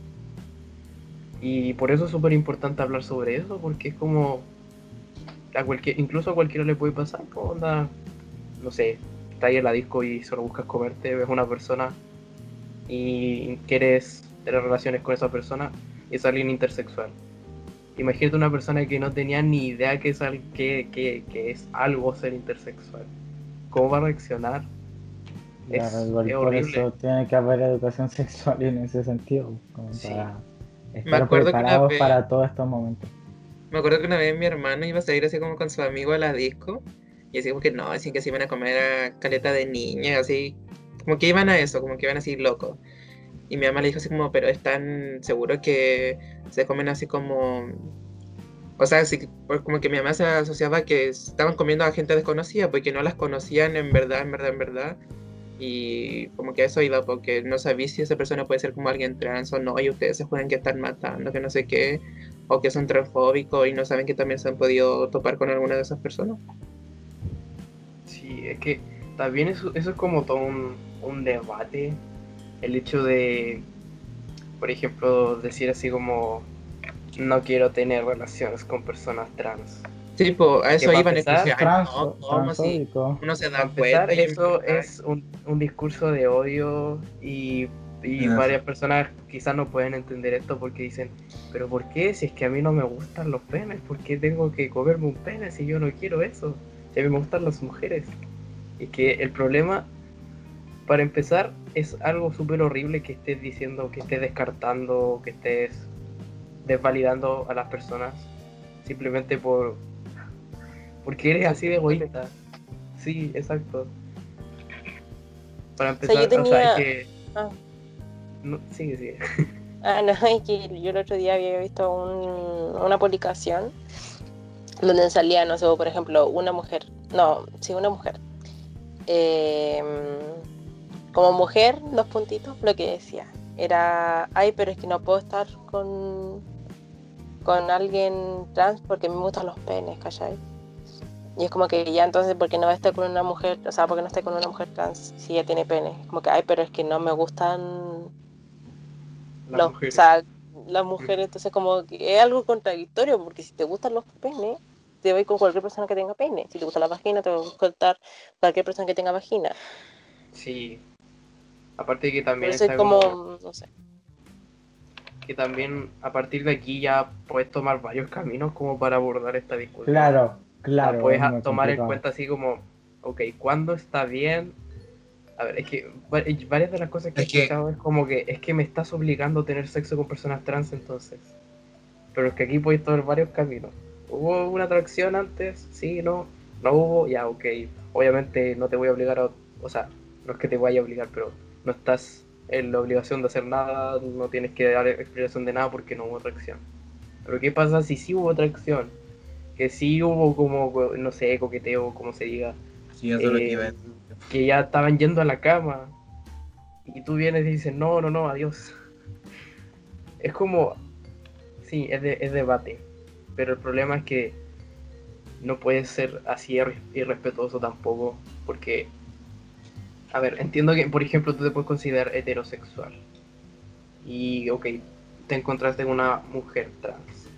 Y por eso es súper importante hablar sobre eso, porque es como a cualquier, incluso a cualquiera le puede pasar, como onda, no sé, estás ahí en la disco y solo buscas comerte, ves una persona y quieres tener relaciones con esa persona y es alguien intersexual. Imagínate una persona que no tenía ni idea que es, al- que, que, que es algo ser intersexual. ¿Cómo va a reaccionar? Claro, Es, igual es por horrible. eso tiene que haber educación sexual en ese sentido, como Sí. para Me estar acuerdo que una preparados vez- para todos estos momentos. Me acuerdo que una vez mi hermano iba a salir así como con su amigo a la disco y así como que no, así que se iban a comer a caleta de niñas, así como que iban a eso, como que iban así locos. Y mi mamá le dijo así como, pero ¿están seguros que se comen así como... O sea, sí, pues como que mi mamá se asociaba que estaban comiendo a gente desconocida porque no las conocían en verdad, en verdad, en verdad. Y como que a eso iba porque no sabía si esa persona puede ser como alguien trans o no, y ustedes se juegan que están matando, que no sé qué, o que son transfóbicos y no saben que también se han podido topar con alguna de esas personas. Sí, es que también eso, eso es como todo un, un debate. El hecho de, por ejemplo, decir así como no quiero tener relaciones con personas trans. Sí, pues a Que eso para iban y empezar, decían, Trans, no, ¿cómo si transfóbico. uno se Para da empezar, cuenta? Y en eso verdad- es un, un discurso de odio y, y Ajá. varias personas quizás no pueden entender esto porque dicen, pero ¿por qué? Si es que a mí no me gustan los penes, ¿por qué tengo que comerme un pene si yo no quiero eso? Si a mí me gustan las mujeres. Y que el problema, para empezar, es algo súper horrible que estés diciendo, que estés descartando, que estés desvalidando a las personas simplemente por porque eres así de egoísta. Sí, exacto. Para O sea, yo empezar, o sea, tenía- es que... Ah. No, sigue, sigue. Ah, no, es que yo el otro día había visto un- una publicación donde salía, no sé, por ejemplo, una mujer, no, sí, una mujer. Eh, como mujer, dos puntitos, lo que decía era, ay, pero es que no puedo estar con, con alguien trans porque me gustan los penes, ¿cachai? Y es como que ya entonces, ¿por qué no estar con una mujer, o sea, por qué no estar con una mujer trans si ella tiene pene? Como que, ay, pero es que no me gustan Las los, mujeres. o sea, las mujeres, entonces como que es algo contradictorio, porque si te gustan los penes, te vas con cualquier persona que tenga pene. Si te gusta la vagina, te vas a gustar cualquier persona que tenga vagina. Sí. Aparte de que Por también eso es está como, como... no sé. que también a partir de aquí ya puedes tomar varios caminos como para abordar esta discusión. Claro, O sea, claro, puedes es a- muy tomar en complicado. cuenta así como, ok, ¿cuándo está bien? A ver, es que va- y varias de las cosas que he Es que- escuchado es como que es que me estás obligando a tener sexo con personas trans entonces. Pero es que aquí puedes tomar varios caminos. ¿Hubo una atracción antes? Sí, no. No hubo, ya, ok. Obviamente no te voy a obligar a... O sea, no es que te vaya a obligar, pero no estás en la obligación de hacer nada, no tienes que dar explicación de nada porque no hubo atracción. Pero ¿qué pasa si sí hubo atracción? Que sí hubo como, no sé, coqueteo, como se diga. Sí, eso es lo que iba a eh, decir. que ya estaban yendo a la cama. Y tú vienes y dices, no, no, no, adiós. Es como... Sí, es, de, es debate. Pero el problema es que no puedes ser así irrespetuoso tampoco, porque, a ver, entiendo que, por ejemplo, tú te puedes considerar heterosexual y, ok, te encontraste con una mujer trans,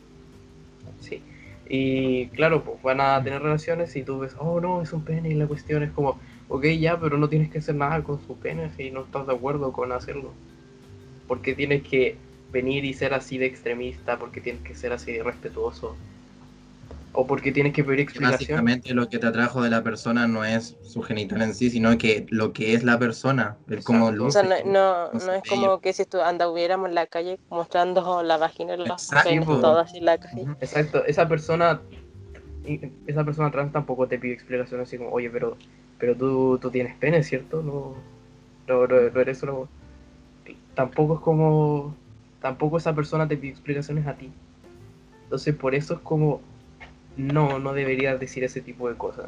sí, y claro, pues van a tener relaciones y tú ves, oh no, es un pene y la cuestión es como, ok, ya, pero no tienes que hacer nada con su pene si no estás de acuerdo con hacerlo, porque tienes que venir y ser así de extremista, porque tienes que ser así de respetuoso. O porque tienes que pedir Que explicación. básicamente lo que te atrajo de la persona no es su genital en sí, sino que lo que es la persona, el cómo Exacto. O sea, luce, no, no, cómo no se es ve. como que si tú anduviéramos en la calle mostrando la vagina y los penes Exacto. todas en la calle. Ujú. Exacto, esa persona, esa persona trans tampoco te pide explicaciones así como, oye, pero, pero tú, tú tienes pene, ¿cierto? No, no, no, no eres solo... Tampoco es como, tampoco esa persona te pide explicaciones a ti. Entonces por eso es como, no, no deberías decir ese tipo de cosas.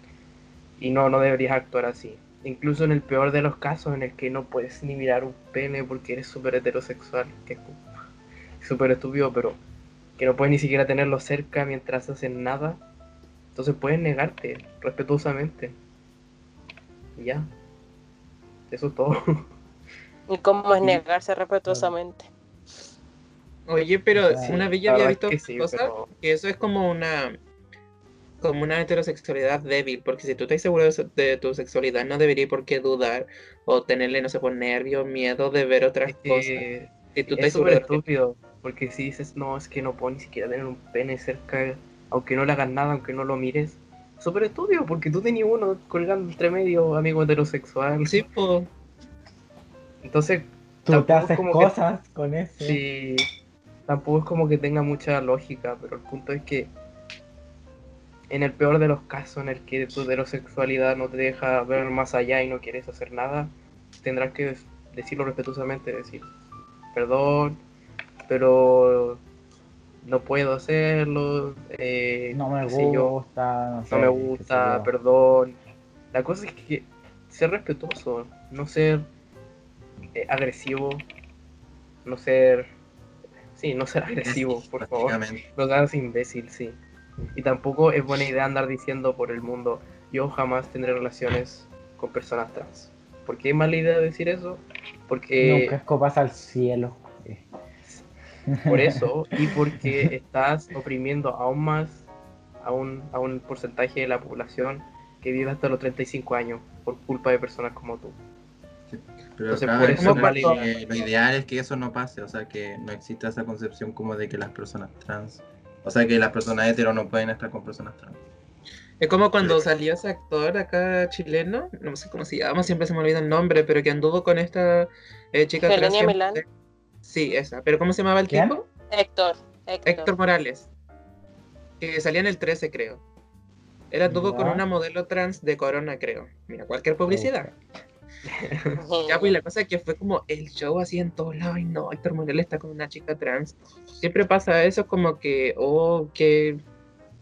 Y no, no deberías actuar así. Incluso en el peor de los casos en el que no puedes ni mirar un pene porque eres súper heterosexual, que es súper estúpido, pero que no puedes ni siquiera tenerlo cerca mientras hacen nada. Entonces puedes negarte respetuosamente. Y ya. Eso es todo. ¿Y cómo es Y negarse respetuosamente? Oye, pero O sea, una vez yo la había verdad visto es que otra sí, cosa, pero que eso es como una como una heterosexualidad débil, porque si tú estás seguro de, su- de tu sexualidad, no debería por qué dudar o tenerle, no sé, por nervios, miedo de ver otras es cosas. que Si tú es estás seguro súper de lo que... estúpido. Porque si dices, no, es que no puedo ni siquiera tener un pene cerca, aunque no le hagas nada, aunque no lo mires. Súper estúpido, porque tú tenías uno colgando entre medio, amigo heterosexual. Sí, pues, Entonces, tú te tampoco es haces como que... cosas con eso. Sí, tampoco es como que tenga mucha lógica, pero el punto es que en el peor de los casos en el que tu heterosexualidad no te deja ver más allá y no quieres hacer nada, tendrás que decirlo respetuosamente, decir, perdón, pero no puedo hacerlo, eh, No me qué sé yo, gusta, no no me sé, qué sé gusta, yo. perdón. La cosa es que ser respetuoso, no ser eh, agresivo, no ser... Sí, no ser agresivo, Sí, por favor. básicamente. No seas imbécil, sí. Y tampoco es buena idea andar diciendo por el mundo, yo jamás tendré relaciones con personas trans. ¿Por qué es mala idea decir eso? Nunca Porque escopas al cielo. Eh. por eso y porque estás oprimiendo aún más a un, a un porcentaje de la población que vive hasta los treinta y cinco años por culpa de personas como tú. Pero Entonces cabe por eso es como mencionar mala idea. que lo ideal es que eso no pase, o sea, que no exista esa concepción como de que las personas trans, o sea, que las personas hetero no pueden estar con personas trans. es como cuando salió ese actor acá chileno, no sé cómo se llama, siempre se me olvida el nombre, pero que anduvo con esta eh, chica trans. Helenia que- Milán. Sí, esa. ¿Pero cómo se llamaba el ¿Quién? tipo? Héctor, Héctor. Héctor Morales, que salía en el trece, creo. Él anduvo con Ya. una modelo trans de Corona, creo. Mira, cualquier Voy a publicidad. buscar. Ya, pues la cosa es que fue como el show así en todos lados. Y no, Héctor Morales está con una chica trans. Siempre pasa eso, como que, oh, que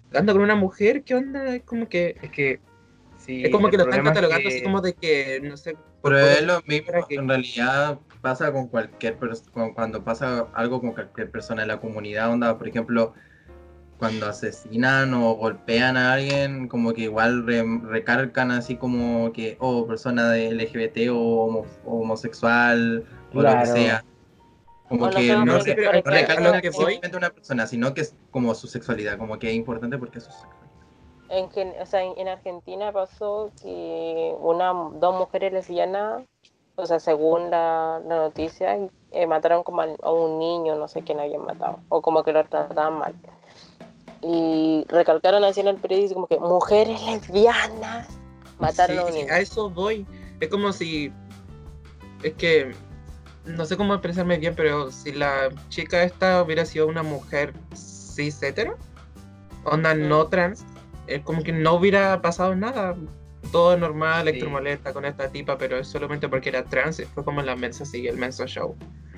anda con una mujer, ¿qué onda? Es como que... Es que... Sí, es como que lo están catalogando que... así como de que, no sé... Pero es lo mismo, que... en realidad pasa con cualquier persona, cuando pasa algo con cualquier persona en la comunidad, onda, por ejemplo, cuando asesinan o golpean a alguien, como que igual re, recargan así como que, oh, persona de L G B T o, homo, o homosexual, claro, o lo que sea. Como que no, no, re, no recargan que simplemente una persona, sino que es como su sexualidad, como que es importante porque es su sexualidad. En, o sea, en Argentina pasó que una, dos mujeres lesbianas, o sea, según la, la noticia, eh, mataron como a, a un niño, no sé quién habían matado, o como que lo trataban mal. Y recalcaron así en el periódico como que mujeres lesbianas mataron sí, a un niño. A eso voy. Es como si... Es que... No sé cómo expresarme bien, pero si la chica esta hubiera sido una mujer cis hetero, onda mm. no trans, es como que no hubiera pasado nada. Todo normal, sí. Electromolesta con esta tipa, pero es solamente porque era trans. Fue como la Mensa sigue, el Mensa Show.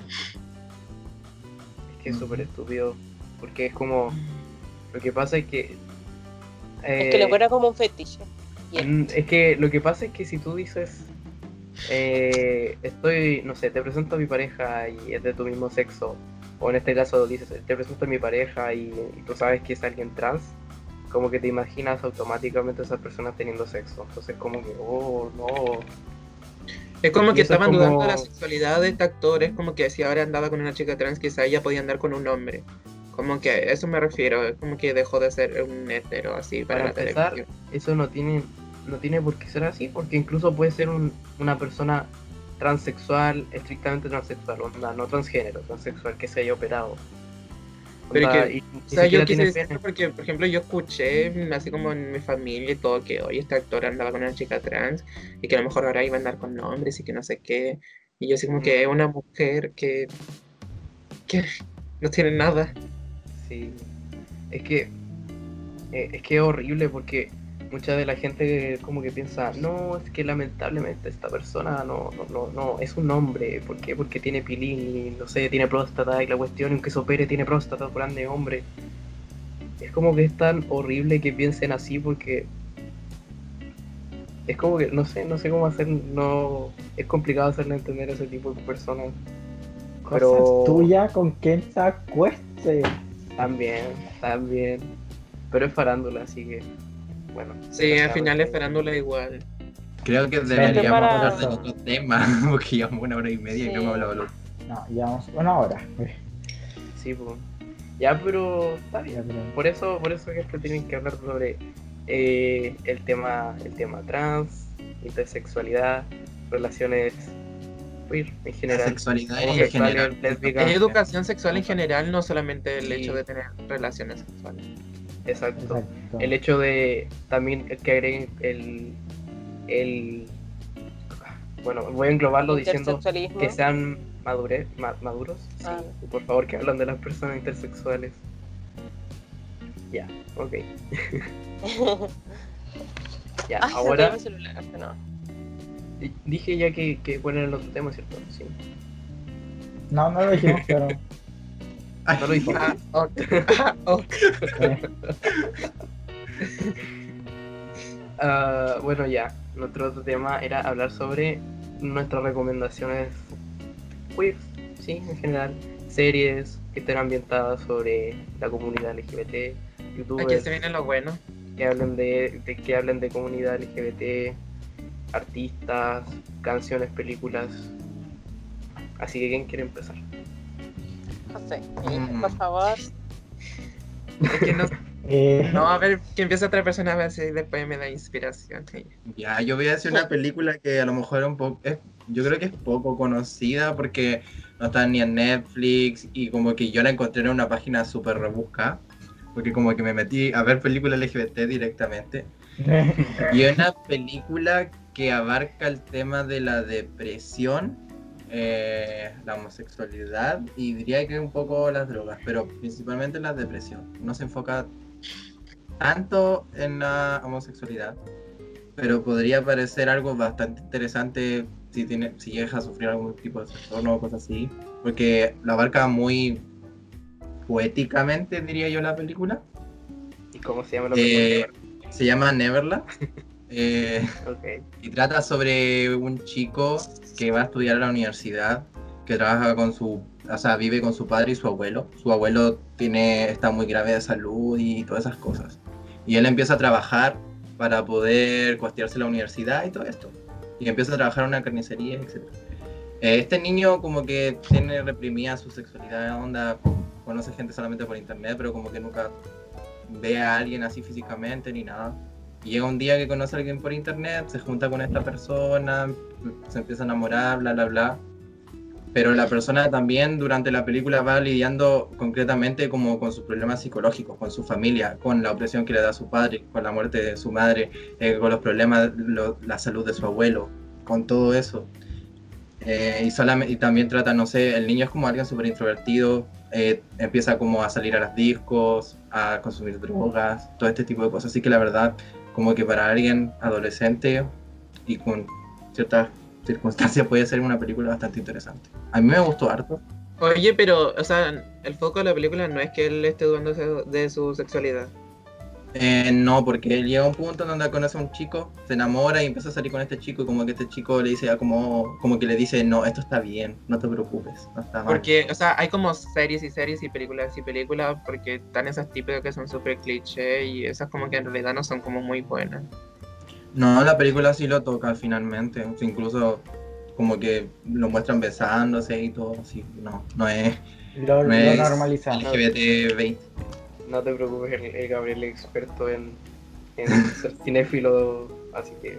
Es que es súper estúpido, porque es como... Lo que pasa es que... Eh, es que le fuera como un fetiche. Yeah. Es que lo que pasa es que si tú dices... Eh, estoy, no sé, te presento a mi pareja y es de tu mismo sexo, o en este caso dices, te presento a mi pareja y, y tú sabes que es alguien trans, como que te imaginas automáticamente a esas personas teniendo sexo, entonces como que, oh, no. Es como y que estaban como... dudando de la sexualidad de este actor, es como que si ahora andaba con una chica trans, quizá ella podía andar con un hombre, como que a eso me refiero, es como que dejó de ser un hetero así para, para la empezar, televisión. Eso no tiene... no tiene por qué ser así, porque incluso puede ser un, una persona transexual, estrictamente transexual, onda, no transgénero, transexual, que se haya operado. Pero onda, que, y, o sea, yo quise decir porque, por ejemplo, yo escuché, así como en mi familia y todo, que hoy este actor andaba con una chica trans y que a lo mejor ahora iba a andar con hombres y que no sé qué. Y yo así como mm. que es una mujer que, que no tiene nada. Sí, es que, eh, es que es horrible porque mucha de la gente como que piensa, no, es que lamentablemente esta persona no, no, no, no, es un hombre, ¿por qué? Porque tiene pilín y no sé, tiene próstata y la cuestión aunque se opere tiene próstata, grande hombre. Es como que es tan horrible que piensen así porque es como que, no sé, no sé cómo hacer, no, es complicado hacerle entender a ese tipo de personas. Cosas pero... tuyas con quien se acueste. También, también, pero es farándula, así que... Bueno, sí, al final esperándola igual. Creo que deberíamos para... hablar de otro tema, porque llevamos una hora y media sí. y no hemos hablado. No, llevamos una hora. Sí, pues. Ya, pero está bien. Pero... Por eso, por eso es que tienen que hablar sobre eh, el tema, el tema trans, intersexualidad, relaciones queer en general. Sexualidad en general. Es educación sexual en general, no solamente el sí. hecho de tener relaciones sexuales. Exacto. Exacto. El hecho de también que agreguen el, el bueno, voy a englobarlo diciendo que sean madure, ma, maduros, ah. sí, y por favor que hablan de las personas intersexuales. Ya, ok. ya, Ay, ahora se celular, no. Dije ya que, que cuál era el otro tema, ¿cierto? Sí. No, no lo dijimos, pero... No lo dijimos. Ah, okay. okay. uh, bueno, ya. Nuestro otro tema era hablar sobre nuestras recomendaciones queer, sí, en general. Series que estén ambientadas sobre la comunidad L G B T, youtubers. Aquí se viene lo bueno. Que hablen de, de que hablen de comunidad L G B T, artistas, canciones, películas. Así que ¿quién quiere empezar? No sé, mm. por favor. Es que no, eh... no, a ver, que empiece otra persona a ver si después me da inspiración. Ya, yo voy a decir una película que a lo mejor un poco, es, yo creo que es poco conocida porque no está ni en Netflix y como que yo la encontré en una página súper rebuscada, porque como que me metí a ver películas L G B T directamente. Y es una película que abarca el tema de la depresión, Eh, la homosexualidad y diría que un poco las drogas, pero principalmente la depresión. No se enfoca tanto en la homosexualidad, pero podría parecer algo bastante interesante si, tiene, si llegas a sufrir algún tipo de trastorno o cosas así, porque la abarca muy poéticamente, diría yo, la película. ¿Cómo se llama la eh, se llama Neverland. eh, okay. Y trata sobre un chico que va a estudiar a la universidad, que trabaja con su, o sea, vive con su padre y su abuelo. Su abuelo tiene, está muy grave de salud y todas esas cosas. Y él empieza a trabajar para poder costearse la universidad y todo esto. Y empieza a trabajar en una carnicería, etcétera. Este niño como que tiene reprimida su sexualidad, onda, conoce gente solamente por internet, pero como que nunca ve a alguien así físicamente ni nada. Y llega un día que conoce a alguien por internet, se junta con esta persona, se empieza a enamorar, bla, bla, bla. Pero la persona también durante la película va lidiando concretamente como con sus problemas psicológicos, con su familia, con la opresión que le da su padre, con la muerte de su madre, eh, con los problemas, lo, la salud de su abuelo, con todo eso. Eh, y, solamente, y también trata, no sé, el niño es como alguien súper introvertido, eh, empieza como a salir a las discos, a consumir drogas, todo este tipo de cosas. Así que la verdad, como que para alguien adolescente y con ciertas circunstancias puede ser una película bastante interesante. A mí me gustó harto. Oye, pero, o sea, el foco de la película no es que él esté dudando de su sexualidad. Eh, no, porque él llega a un punto en donde conoce a un chico, se enamora y empieza a salir con este chico y como que este chico le dice, ya como, como que le dice, no, esto está bien, no te preocupes, no está mal. Porque, o sea, hay como series y series y películas y películas porque están esas típicas que son súper cliché y esas como que en realidad no son como muy buenas. No, la película sí lo toca finalmente, o sea, incluso como que lo muestran besándose y todo, así, no, no es... Lo, no lo es normalizan. L G B T veinte. No te preocupes, el, el Gabriel es experto en, en ser cinéfilo, así que...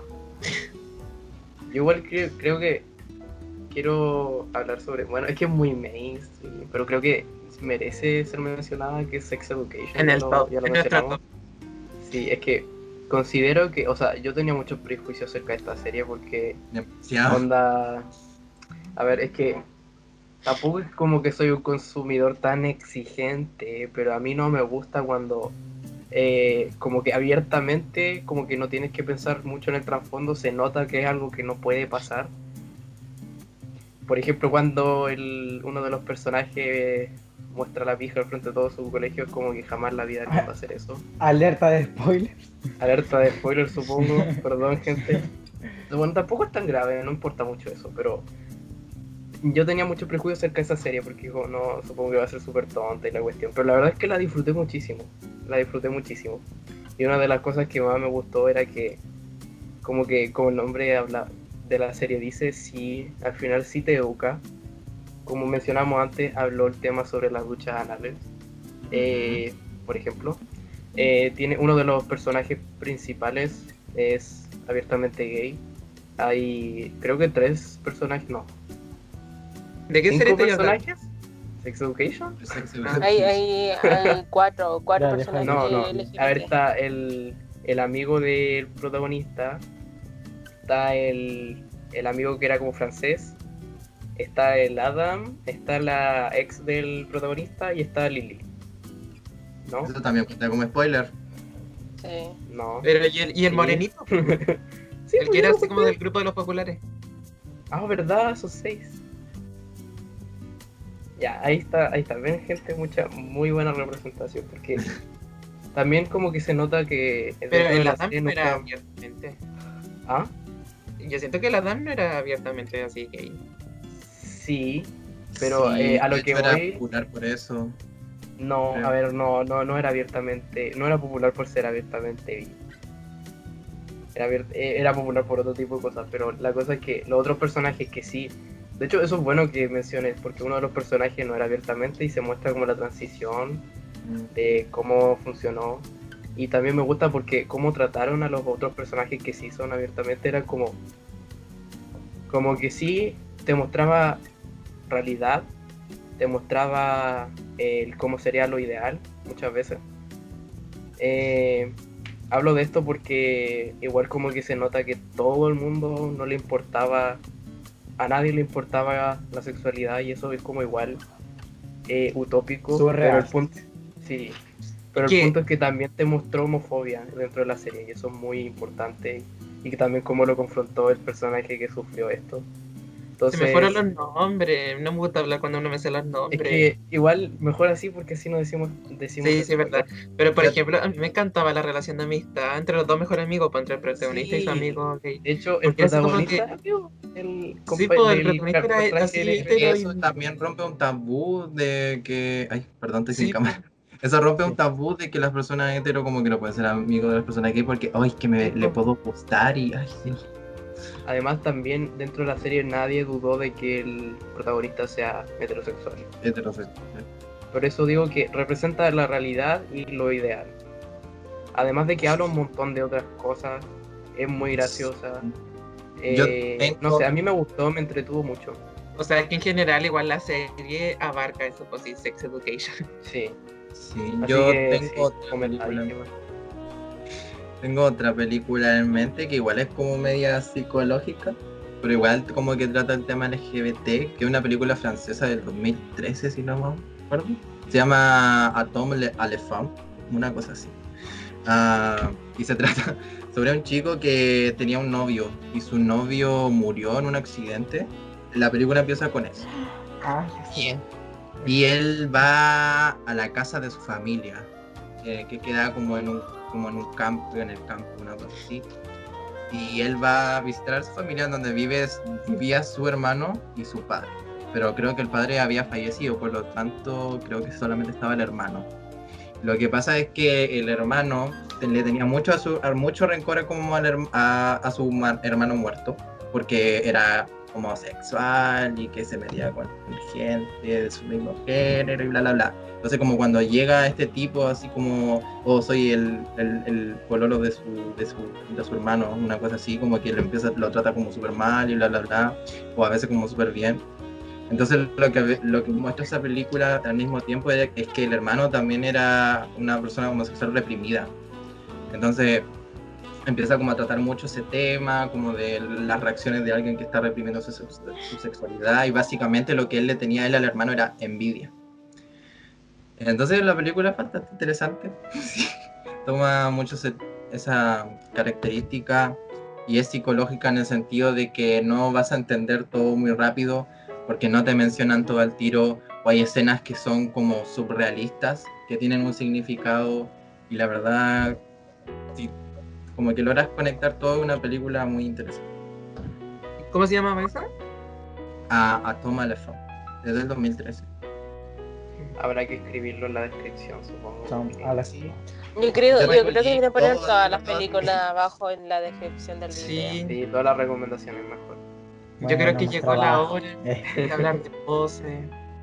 Yo igual creo, creo que quiero hablar sobre... Bueno, es que es muy mainstream, pero creo que merece ser mencionada, que es Sex Education. En el ya lo, top, ya lo en nuestro mencionamos. Sí, es que considero que... O sea, yo tenía muchos prejuicios acerca de esta serie porque... Demasiado. Onda... A ver, es que... Tampoco es como que soy un consumidor tan exigente, pero a mí no me gusta cuando eh, como que abiertamente, como que no tienes que pensar mucho en el trasfondo, se nota que es algo que no puede pasar. Por ejemplo, cuando el, uno de los personajes muestra la pija al frente de todo su colegio, es como que jamás la vida le va a hacer eso. Alerta de spoilers. Alerta de spoiler, supongo, perdón gente. Bueno, tampoco es tan grave, no importa mucho eso, pero... Yo tenía mucho prejuicio acerca de esa serie porque digo, no, supongo que va a ser súper tonta y la cuestión, pero la verdad es que la disfruté muchísimo, la disfruté muchísimo. Y una de las cosas que más me gustó era que, como que como el nombre habla de la serie dice, sí, al final sí te educa. Como mencionamos antes, habló el tema sobre las duchas anales, eh, por ejemplo. Eh, tiene uno de los personajes principales es abiertamente gay. Hay, creo que tres personajes, no. ¿De qué serie te personajes? ¿Sex Education? Hay, hay, hay cuatro, cuatro Ya, personajes no, no. L G B T. A ver, está el, el amigo del protagonista, está el, el amigo que era como francés, está el Adam, está la ex del protagonista y está Lily. ¿No? Eso también cuenta como spoiler. Sí. No. Pero, ¿y el, y el Sí. morenito? Sí, el que era así como del grupo de los populares. Ah, verdad, esos seis. Ya, ahí está, ahí está. Ven, gente, mucha, muy buena representación, porque también como que se nota que... Pero el la Adam serie no nunca- era abiertamente. ¿Ah? Yo siento que el Adam no era abiertamente así gay. Sí, pero Sí, eh, a lo de que hecho era voy... popular por eso. No, Creo. a ver, no, no, no era abiertamente, no era popular por ser abiertamente bi. Era, abier- eh, era popular por otro tipo de cosas, pero la cosa es que los otros personajes que sí, de hecho eso es bueno que menciones, porque uno de los personajes no era abiertamente y se muestra como la transición de cómo funcionó. Y también me gusta porque cómo trataron a los otros personajes que sí son abiertamente, era como, como que sí te mostraba realidad, te mostraba el cómo sería lo ideal muchas veces. Eh, hablo de esto porque igual como que se nota que todo el mundo no le importaba, a nadie le importaba la sexualidad y eso es como igual eh, utópico. Surreal. Pero el punto, sí, pero el ¿Qué? punto es que también te mostró homofobia dentro de la serie y eso es muy importante y que también cómo lo confrontó el personaje que sufrió esto. Entonces, se me fueron los nombres, no me gusta hablar cuando uno me sé los nombres. Es que igual mejor así porque así no decimos... decimos sí, sí, es verdad. Pero por ejemplo, a mí me encantaba la relación de amistad entre los dos mejores amigos, pues, entre el protagonista sí. y su amigo gay. De hecho, el porque protagonista... Que, el sí, pues el protagonista era así, hetero. Eso y... también rompe un tabú de que... Ay, perdón, estoy sin sí, cámara. Eso rompe sí. un tabú de que las personas hetero como que no pueden ser amigos de las personas gay porque, ay, que me, sí. le puedo gustar y... Ay, sí. Además, también dentro de la serie nadie dudó de que el protagonista sea heterosexual. Heterosexual. Por eso digo que representa la realidad y lo ideal. Además de que habla un montón de otras cosas, es muy graciosa. Eh, tengo... No sé, a mí me gustó, me entretuvo mucho. O sea, que en general igual la serie abarca eso, pues sí, Sex Education. Sí. Sí, así yo que, tengo... Sí, Tengo otra película en mente que igual es como media psicológica, pero igual como que trata el tema L G B T, que es una película francesa del dos mil trece, si no me acuerdo. Se llama Atome à la Femme, una cosa así. Uh, y se trata sobre un chico que tenía un novio y su novio murió en un accidente. La película empieza con eso. Ah, sí. Y él va a la casa de su familia, eh, que queda como en un como en un campo, en el campo, una cosa así. Y él va a visitar a su familia donde vive, vivía su hermano y su padre. Pero creo que el padre había fallecido, por lo tanto creo que solamente estaba el hermano. Lo que pasa es que el hermano le tenía mucho, a su, mucho rencor como al, a, a su hermano muerto, porque era homosexual y que se metía con gente de su mismo género y bla bla bla. Entonces como cuando llega este tipo así como, oh, soy el, el, el pololo de su, de, su, de su hermano, una cosa así, como que lo, empieza, lo trata como súper mal y bla bla bla, o a veces como súper bien. Entonces lo que, lo que muestra esa película al mismo tiempo es, es que el hermano también era una persona homosexual reprimida. Entonces empieza como a tratar mucho ese tema, como de las reacciones de alguien que está reprimiendo su, su sexualidad, y básicamente lo que él le tenía a él al hermano era envidia. Entonces la película es bastante interesante. Sí. Toma mucho ese, esa característica y es psicológica en el sentido de que no vas a entender todo muy rápido porque no te mencionan todo al tiro, o hay escenas que son como subrealistas, que tienen un significado y la verdad sí, como que logras conectar todo en una película muy interesante. ¿Cómo se llama esa? A Atome à la Femme, desde el dos mil trece. Habrá que escribirlo en la descripción, supongo. Son a las... Yo creo, yo creo que deberían poner todas las películas abajo en la descripción del video. Sí, sí, todas las recomendaciones mejor. Bueno, yo creo que llegó trabajo. La hora de hablar de Pose.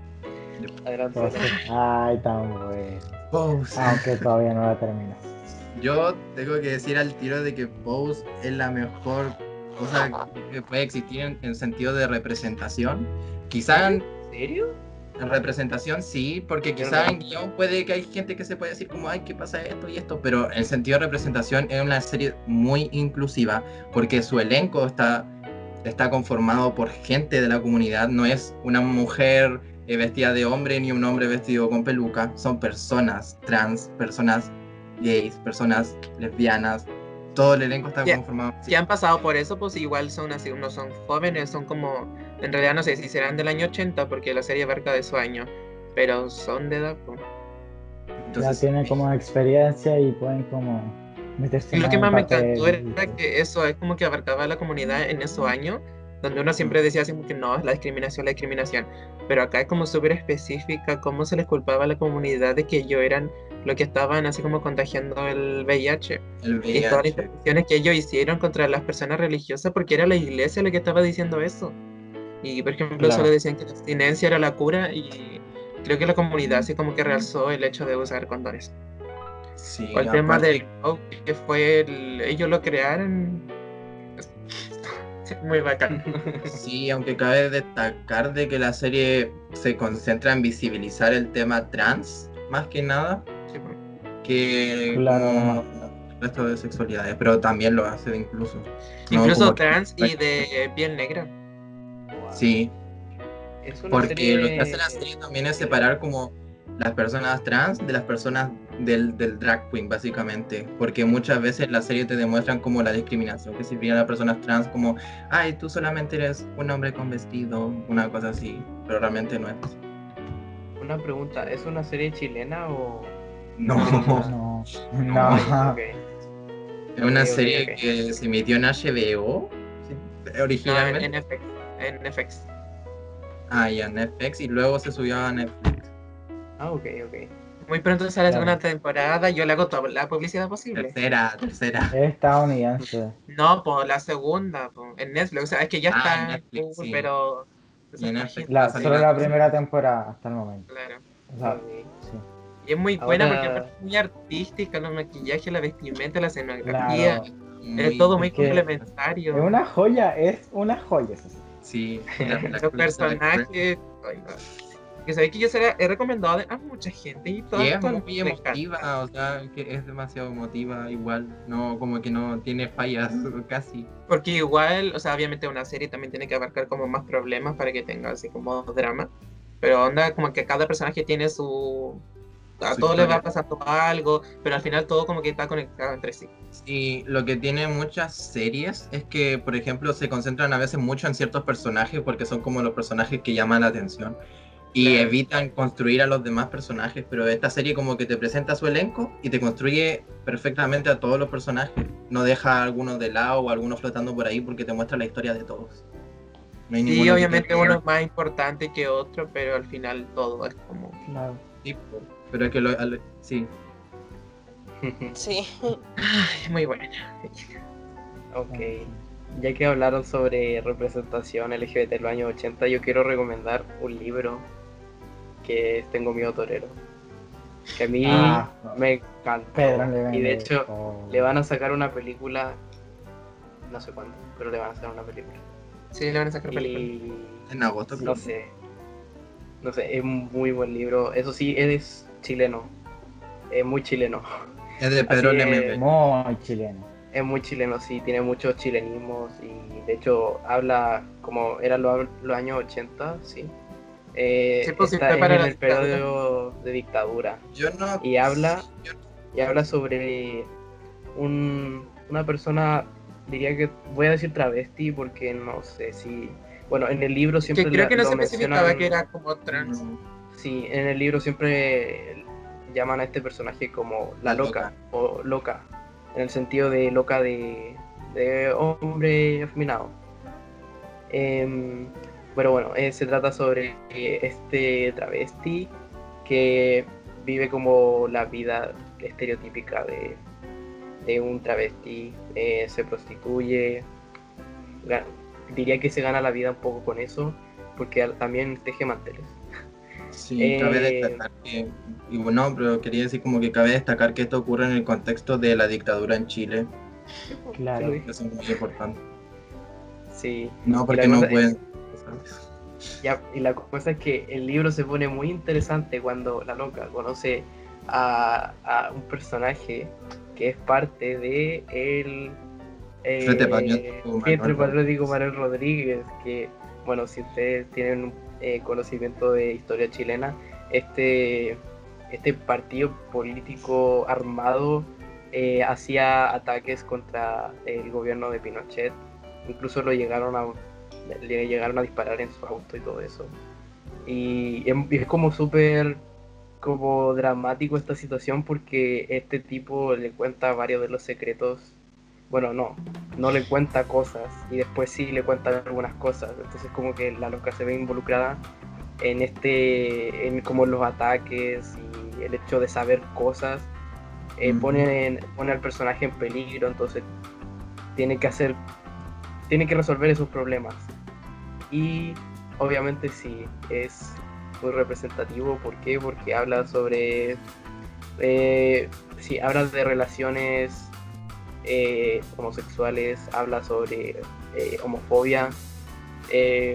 Pose. Ay, tan bueno. Pose. Aunque todavía no la termino. Yo tengo que decir al tiro de que Pose es la mejor cosa que puede existir en, en sentido de representación. Quizá en... ¿En serio? En representación sí, porque quizá en guión puede que hay gente que se puede decir como, ay, ¿qué pasa esto y esto? Pero en sentido de representación es una serie muy inclusiva, porque su elenco está, está conformado por gente de la comunidad, no es una mujer eh, vestida de hombre ni un hombre vestido con peluca, son personas trans, personas gays, personas lesbianas, todo el elenco está yeah. conformado. Si han pasado por eso, pues igual son así, no son jóvenes, son como, en realidad no sé si serán del año ochenta, porque la serie abarca de su año, pero son de edad. Pues. Entonces, ya tienen como experiencia y pueden como meterse. Y lo que más me encantó era que eso es como que abarcaba a la comunidad en esos años, donde uno siempre decía así como que no, es la discriminación, la discriminación, pero acá es como súper específica cómo se les culpaba a la comunidad de que ellos eran lo que estaban así como contagiando el V I H. El V I H. Y todas las intervenciones que ellos hicieron contra las personas religiosas, porque era la iglesia la que estaba diciendo eso. Y por ejemplo, claro, solo decían que la abstinencia era la cura, y creo que la comunidad así como que realzó el hecho de usar condones. Sí, o el aparte... tema del que fue el, ellos lo crearon. Muy bacán. Sí, aunque cabe destacar de que la serie se concentra en visibilizar el tema trans, más que nada, sí, que claro, como el resto de sexualidades, pero también lo hace incluso. Incluso ¿no? trans que... y de piel negra. Sí, porque serie... lo que hace la serie también es separar como las personas trans de las personas del, del drag queen, básicamente, porque muchas veces la serie te demuestran como la discriminación que sufrían las personas trans, como, ay, tú solamente eres un hombre con vestido, una cosa así, pero realmente no es. Una pregunta, ¿es una serie chilena o...? No, No, no. Okay. es una Ok, ok, serie ok. que se emitió en H B O, sí, No, originalmente. en, en F X. En F X. Ah, ya, Netflix, y luego se subió a Netflix. Ah, ok, ok. Muy pronto sale la Claro. segunda temporada. Yo le hago toda la publicidad posible. Tercera, tercera. Es estadounidense. No, por la segunda, po, en Netflix. O sea, es que ya Ah, está en en Netflix, Google, sí. pero. Y en Netflix La, va a salir solo la tercera. primera temporada hasta el momento. Claro. O sea, Ok. sí. Y es muy buena porque Ahora- aparte es muy artística, los maquillajes, la vestimenta, la escenografía. Claro. Es todo muy Es que complementario. Es una joya, es una joya. Eso sí. Sí, y la, la Los actriz se la cree. personajes. Ay, no. Que sabéis que yo se la he recomendado a mucha gente y todo Y es todo el muy mundo le encanta. emotiva, o sea, que es demasiado emotiva igual, no, como que no tiene fallas casi. Porque igual, o sea, obviamente una serie también tiene que abarcar como más problemas para que tenga así como drama. Pero onda como que cada personaje tiene su... A Su todos les va historia. pasando algo, pero al final todo como que está conectado entre sí. Y lo que tiene muchas series es que, por ejemplo, se concentran a veces mucho en ciertos personajes porque son como los personajes que llaman la atención. Y Claro. evitan construir a los demás personajes, pero esta serie como que te presenta su elenco y te construye perfectamente a todos los personajes. No deja a algunos de lado o a algunos flotando por ahí porque te muestra la historia de todos. No hay Sí, ninguno que obviamente te- uno es más importante que otro, pero al final todo es como... Claro. Sí, pero es que lo, al- sí. Sí. Ay, muy buena. Ok. Ya que hablaron sobre representación L G B T en los años ochenta, yo quiero recomendar un libro que es Tengo miedo torero. Que a mí Ah, me encantó. Pedro le Y de hecho, oh. le van a sacar una película, no sé cuándo, pero le van a sacar una película. Sí, le van a sacar película. Y En agosto, creo. no sé, no sé, es un muy buen libro. Eso sí, es chileno, es muy chileno. Es de Pedro Así Lemebel. es. Muy chileno. Es muy chileno, sí, tiene muchos chilenismos y de hecho habla como eran los, los años ochenta, sí. Eh, Sí, pues, sí, está fue es para en la el periodo de dictadura Yo no. y habla yo- y habla sobre un, una persona, diría que voy a decir travesti porque no sé si, bueno, en el libro siempre Que creo la- que no lo se especificaba mencionan- que era como trans. no. Sí, en el libro siempre llaman a este personaje como la La loca, o loca, en el sentido de loca de, de hombre afeminado. Em, pero bueno, eh, se trata sobre eh, este travesti que vive como la vida estereotípica de, de un travesti, eh, se prostituye, ga- diría que se gana la vida un poco con eso, porque al- también teje manteles. Sí, Eh, cabe destacar que, y bueno, pero quería decir como que cabe destacar que esto ocurre en el contexto de la dictadura en Chile, Claro. Sí, eso es muy importante. sí. No, Y porque la no cosa- pueden. ¿sabes? Ya, y la cosa es que el libro se pone muy interesante cuando la loca conoce a, a un personaje que es parte de el eh, Frente Patriótico Manuel Frente Patriótico Rodríguez. Manuel Rodríguez, que bueno, si ustedes tienen eh, conocimiento de historia chilena, este, este partido político armado eh, hacía ataques contra el gobierno de Pinochet, incluso lo llegaron a le llegaron a disparar en su auto y todo eso. Y es, es como súper como dramático esta situación porque este tipo le cuenta varios de los secretos. Bueno, no, no le cuenta cosas y después sí le cuenta algunas cosas. Entonces como que la loca se ve involucrada en este, en como los ataques y el hecho de saber cosas. Eh, Ujú. pone, en- pone al personaje en peligro, entonces tiene que hacer, tiene que resolver esos problemas. Y obviamente sí, es muy representativo. ¿Por qué? Porque habla sobre, eh, sí, habla de relaciones eh, homosexuales, habla sobre eh, homofobia. eh,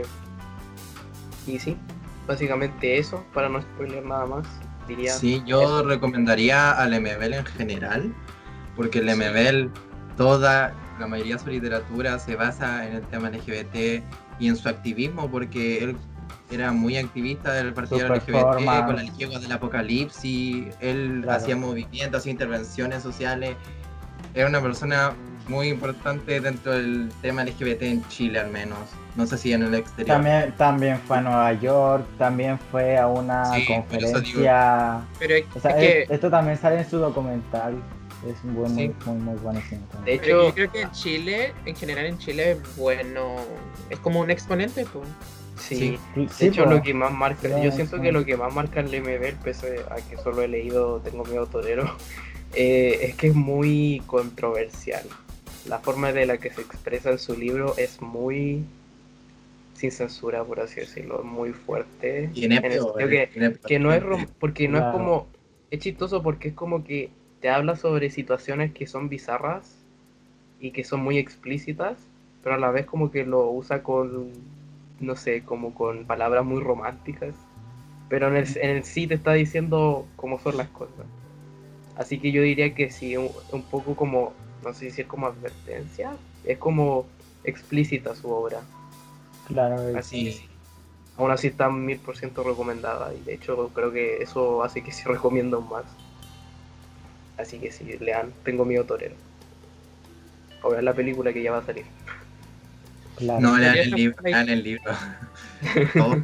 y sí, básicamente eso, para no spoiler nada más, diría. Sí, yo eso. recomendaría a Lemebel en general, porque Lemebel, toda, la mayoría de su literatura se basa en el tema L G B T y en su activismo, porque él era muy activista del partido Super L G B T, forma. con la Liga del Apocalipsis, él Claro. hacía movimientos, hacía intervenciones sociales, era una persona muy importante dentro del tema L G B T en Chile al menos, no sé si en el exterior. También, también fue a Nueva York, también fue a una Sí, por eso conferencia. Pero es, O sea, es que, es- esto también sale en su documental. Es un buen, Sí. muy, muy, muy buenísimo. De también. pero hecho, yo creo que en Chile, en general en Chile, bueno, es como un exponente, pues. sí. Sí, De sí, hecho, po. lo que más marca, No, yo siento sí. que lo que más marca el M B, pese a que solo he leído Tengo Miedo Torero, eh, es que es muy controversial. La forma de la que se expresa en su libro es muy sin censura, por así decirlo, muy fuerte. Tiene En el peor, sentido que, tiene peor que no es gente. rom- porque no es Claro. como, es chistoso porque es como que te habla sobre situaciones que son bizarras y que son muy explícitas, pero a la vez como que lo usa con, no sé, como con palabras muy románticas, pero en el, en el sí te está diciendo cómo son las cosas. Así que yo diría que sí, un, un poco como, no sé si es como advertencia, es como explícita su obra. Claro, Así que Sí. sí. Aún así está mil por ciento recomendada y de hecho creo que eso hace que sí recomiendo más. Así que sí, lean Tengo Miedo Torero. O vean la película que ya va a salir. claro. No, lean Podría el ser libro, ahí. lean el libro. Todo.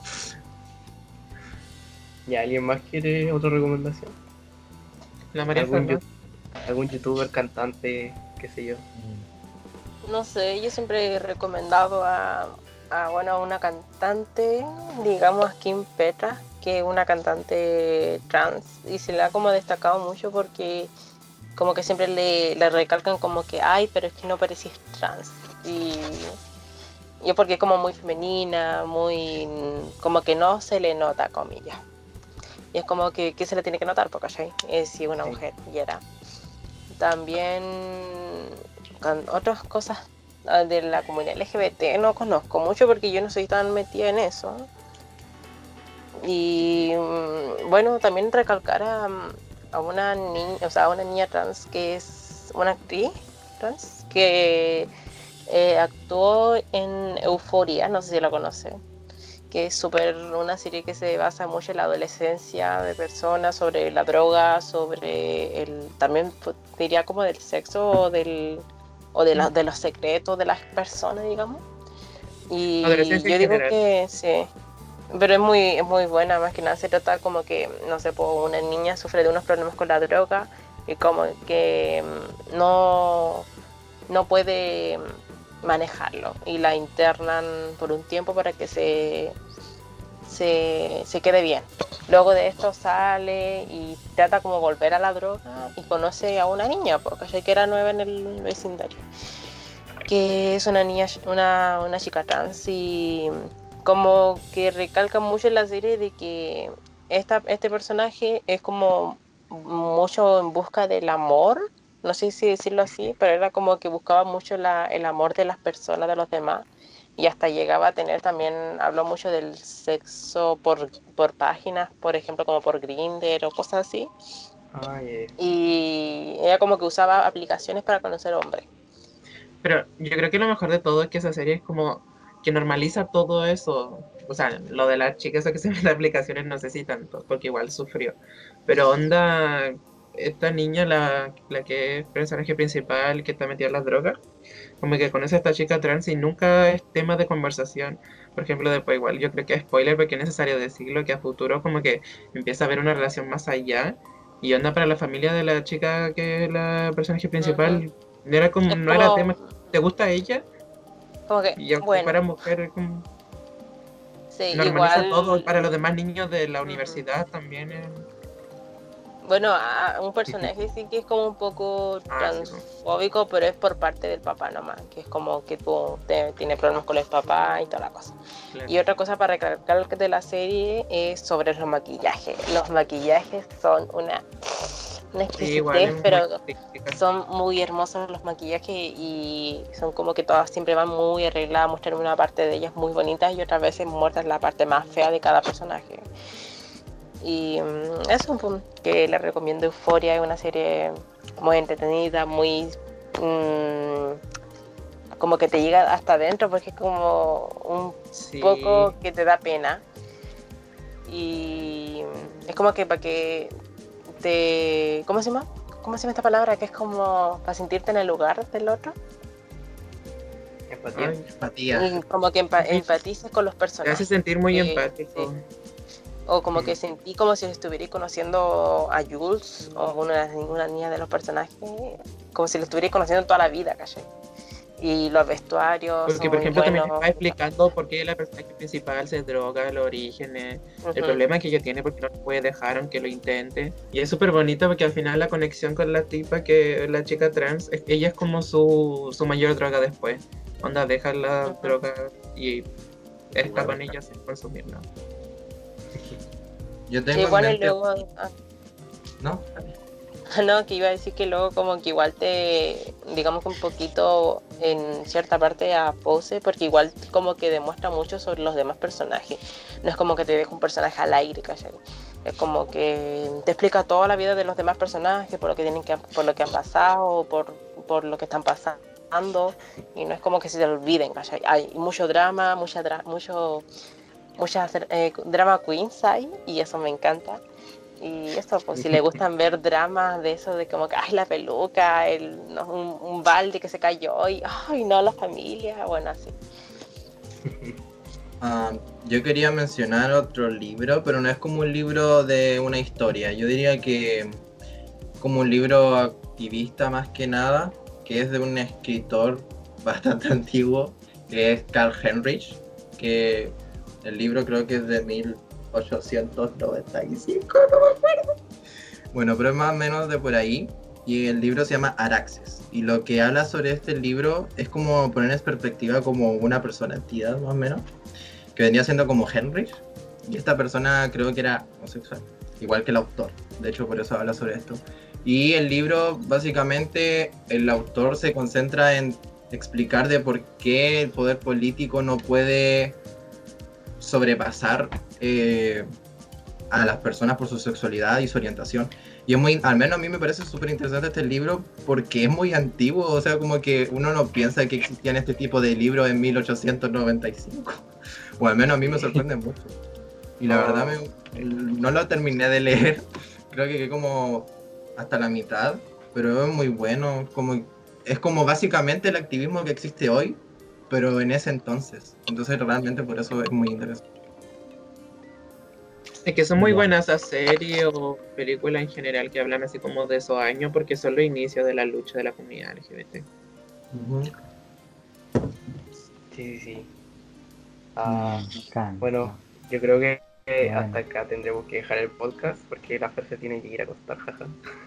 ¿Y alguien más quiere otra recomendación? La María ¿Algún, Fernanda. yu- algún youtuber, cantante, qué sé yo? No sé, yo siempre he recomendado a, a, bueno, a una cantante, digamos Kim Petra, que es una cantante trans, y se le ha como destacado mucho porque como que siempre le, le recalcan como que, ay, pero es que no parecís trans. Y yo porque es como muy femenina, muy, como que no se le nota, comillas. Y es como que, que se le tiene que notar, porque ¿cachai? Es si una Sí. mujer y era. También con otras cosas ah, de la comunidad L G B T no conozco mucho porque yo no soy tan metida en eso. Y mm, bueno, también recalcar a, a una niña, o sea, a una niña trans que es una actriz trans que eh, actuó en Euforia, no sé si la conoce, que es súper una serie que se basa mucho en la adolescencia de personas, sobre la droga, sobre el, también pues, diría como del sexo o, del, o de, la, de los secretos de las personas, digamos. Y Adolescencia yo en digo general. que sí, pero es muy, es muy buena, más que nada se trata como que, no sé, pues una niña sufre de unos problemas con la droga y como que mm, no, no puede manejarlo y la internan por un tiempo para que se, se, se quede bien. Luego de esto sale y trata como volver a la droga y conoce a una niña, porque sé que era nueva en el vecindario, que es una niña, una, una chica trans y como que recalca mucho en la serie de que esta, este personaje es como mucho en busca del amor, no sé si decirlo así, pero era como que buscaba mucho la, el amor de las personas, de los demás, y hasta llegaba a tener también, habló mucho del sexo por, por páginas, por ejemplo, como por Grindr o cosas así, Ay, eh, y ella como que usaba aplicaciones para conocer hombres. Pero yo creo que lo mejor de todo es que esa serie es como que normaliza todo eso. O sea, lo de la chica esa que se mete a aplicaciones no sé si tanto, porque igual sufrió. Pero onda, esta niña, la, la que es personaje principal, que está metida en las drogas, como que conoce a esta chica trans y nunca es tema de conversación. Por ejemplo, después igual, yo creo que es spoiler porque es necesario decirlo, que a futuro como que empieza a haber una relación más allá. Y onda para la familia de la chica que es la personaje principal, Uh-huh. no era como, Es no era como, tema, ¿te gusta ella? como que, Y aunque bueno, fuera mujer, como sí, normaliza igual, todo. Y para los demás niños de la ujú. universidad también es... Bueno, a un personaje sí que es como un poco Ah, sí, no. transfóbico, pero es por parte del papá nomás, que es como que tú te, tiene problemas con el papá y toda la cosa. Claro. Y otra cosa para recalcar de la serie es sobre los maquillajes. Los maquillajes son una, una Sí, igual es exquisitez, muy pero artística. son muy hermosos los maquillajes y son como que todas siempre van muy arregladas, muestran una parte de ellas muy bonita y otras veces muestran la parte más fea de cada personaje. Y um, es un punto que le recomiendo. Euphoria, es una serie muy entretenida, muy um, como que te llega hasta adentro porque es como un Sí. poco que te da pena. Y es como que para que te... ¿Cómo se llama? ¿Cómo se llama esta palabra? Que es como para sentirte en el lugar del otro. Empatía. Ay, Empatía. Y como que empa- empatices con los te personajes. hace sentir muy Eh, empático. O como que sentí como si estuviera conociendo a Jules o una, una niña de los personajes, como si lo estuviera conociendo toda la vida, ¿cachai? Y los vestuarios Porque, son por muy ejemplo, también buenos. está explicando por qué la personaje principal se droga, los orígenes, el Ujú. problema que ella tiene porque no lo puede dejar aunque lo intente. Y es súper bonito porque al final la conexión con la tipa, que la chica trans, es- ella es como su, su mayor droga después. Onda, deja la Ujú. droga y está Igual, con ella sin consumirla. Yo Sí, tengo en bueno, y mente, luego, ah, ¿no? no, que iba a decir que luego como que igual te, digamos que un poquito en cierta parte a pose, porque igual como que demuestra mucho sobre los demás personajes. No es como que te deja un personaje al aire, ¿cachai? Es como que te explica toda la vida de los demás personajes, por lo que tienen que, por lo que han pasado, por, por lo que están pasando, y no es como que se te olviden, ¿cachai? Hay mucho drama, mucha dra mucho, muchas eh, drama queens hay, y eso me encanta. Y eso, pues si le gustan ver dramas de eso, de como que, ay, la peluca, el, no, un, un balde que se cayó y, ay, no, la familia, bueno, así. Ah, yo quería mencionar otro libro, pero no es como un libro de una historia. Yo diría que como un libro activista más que nada, que es de un escritor bastante antiguo, que es Carl Heinrich, que el libro creo que es de mil ochocientos noventa y cinco, no me acuerdo. Bueno, pero es más o menos de por ahí. Y el libro se llama Araxes. Y lo que habla sobre este libro es como poner en perspectiva como una persona, entidad más o menos, que venía siendo como Heinrich. Y esta persona creo que era homosexual, igual que el autor. De hecho, por eso habla sobre esto. Y el libro, básicamente, el autor se concentra en explicar de por qué el poder político no puede sobrepasar eh, a las personas por su sexualidad y su orientación. Y es muy, al menos a mí me parece súper interesante este libro porque es muy antiguo, o sea, como que uno no piensa que existían este tipo de libros en mil ochocientos noventa y cinco. O al menos a mí me sorprende mucho. Y la No. verdad me, no lo terminé de leer, creo que quedé como hasta la mitad, pero es muy bueno, como, es como básicamente el activismo que existe hoy, pero en ese entonces. Entonces realmente por eso es muy interesante. Es que son muy Ya. buenas esas series o películas en general que hablan así como de esos años porque son los inicios de la lucha de la comunidad L G B T. Uh-huh. Sí, sí, sí. Ah, Me encanta. bueno, yo creo que eh, Bueno. hasta acá tendremos que dejar el podcast porque la Fer se tiene que ir a acostar, jaja.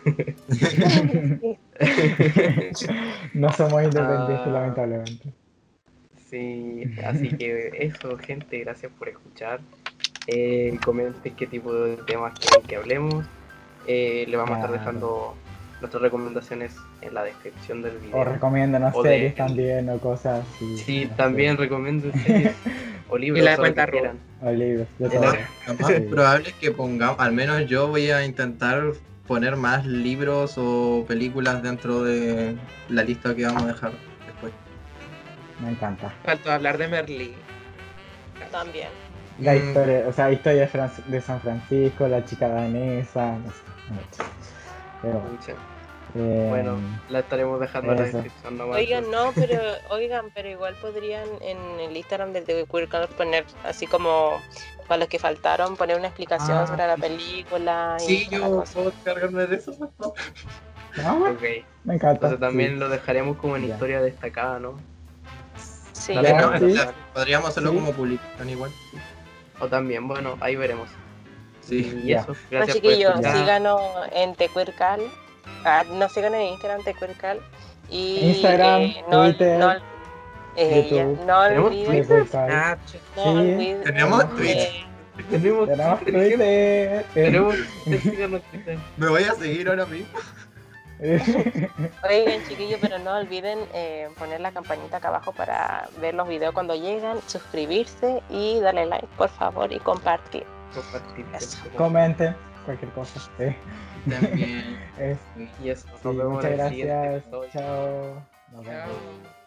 No somos independientes, Ah. lamentablemente. Sí, así que eso, gente, gracias por escuchar. Eh, comenten qué tipo de temas quieren que hablemos. Eh, le vamos a estar Claro. dejando nuestras recomendaciones en la descripción del O video. recomiéndanos O de- series también o cosas así. Sí, no también sé. recomiendo series o libros Y la o lo cuenta que Ruth. quieran. O libros, de De todo. la- Lo más Sí. probable es que pongamos, al menos yo voy a intentar poner más libros o películas dentro de la lista que vamos a dejar después. Me encanta. Faltó hablar de Merlí. También. La Mm. historia, o sea, historia de, Fran- de San Francisco, la chica danesa, no sé, mucho. Pero, Pucha. eh, Bueno, la estaremos dejando en la eso. descripción nomás. Oigan, no, pero oigan, pero igual podrían en el Instagram de The Queer Color poner así como para los que faltaron, poner una explicación Ah. sobre la película y Sí, toda la yo cosa. puedo cargarme de eso, por favor. ah, bueno, Ok, me encanta. entonces también sí. lo dejaremos como en Ya. historia destacada, ¿no? Sí, También Ya, no, sí. O sea, podríamos hacerlo Sí. como publicación igual. O también, bueno, ahí veremos. Sí. Y Ya. eso, Bueno, gracias por chiquillos, escuchar. síganos en The Queer Cal. Ah, no, sigan en Instagram The Queer Cal. Y Instagram, eh, no, Twitter, no, eh, ya, YouTube. no ¿Tenemos olviden, Twitter, Snapchat. no Sí. olviden Tenemos eh, Twitter. Tenemos tenemos Twitter, gente. Twitter. Tenemos síganos en Twitter. Me voy a seguir ahora mismo. Oigan, chiquillos, pero no olviden eh, poner la campanita acá abajo para ver los videos cuando llegan, suscribirse y darle like, por favor, y compartir. Compartir. Eso. Comenten cualquier cosa. Sí. También. Es- Y eso, sí, nos vemos muchas en el siguiente gracias. episodio. Chao. Nos vemos. Chao.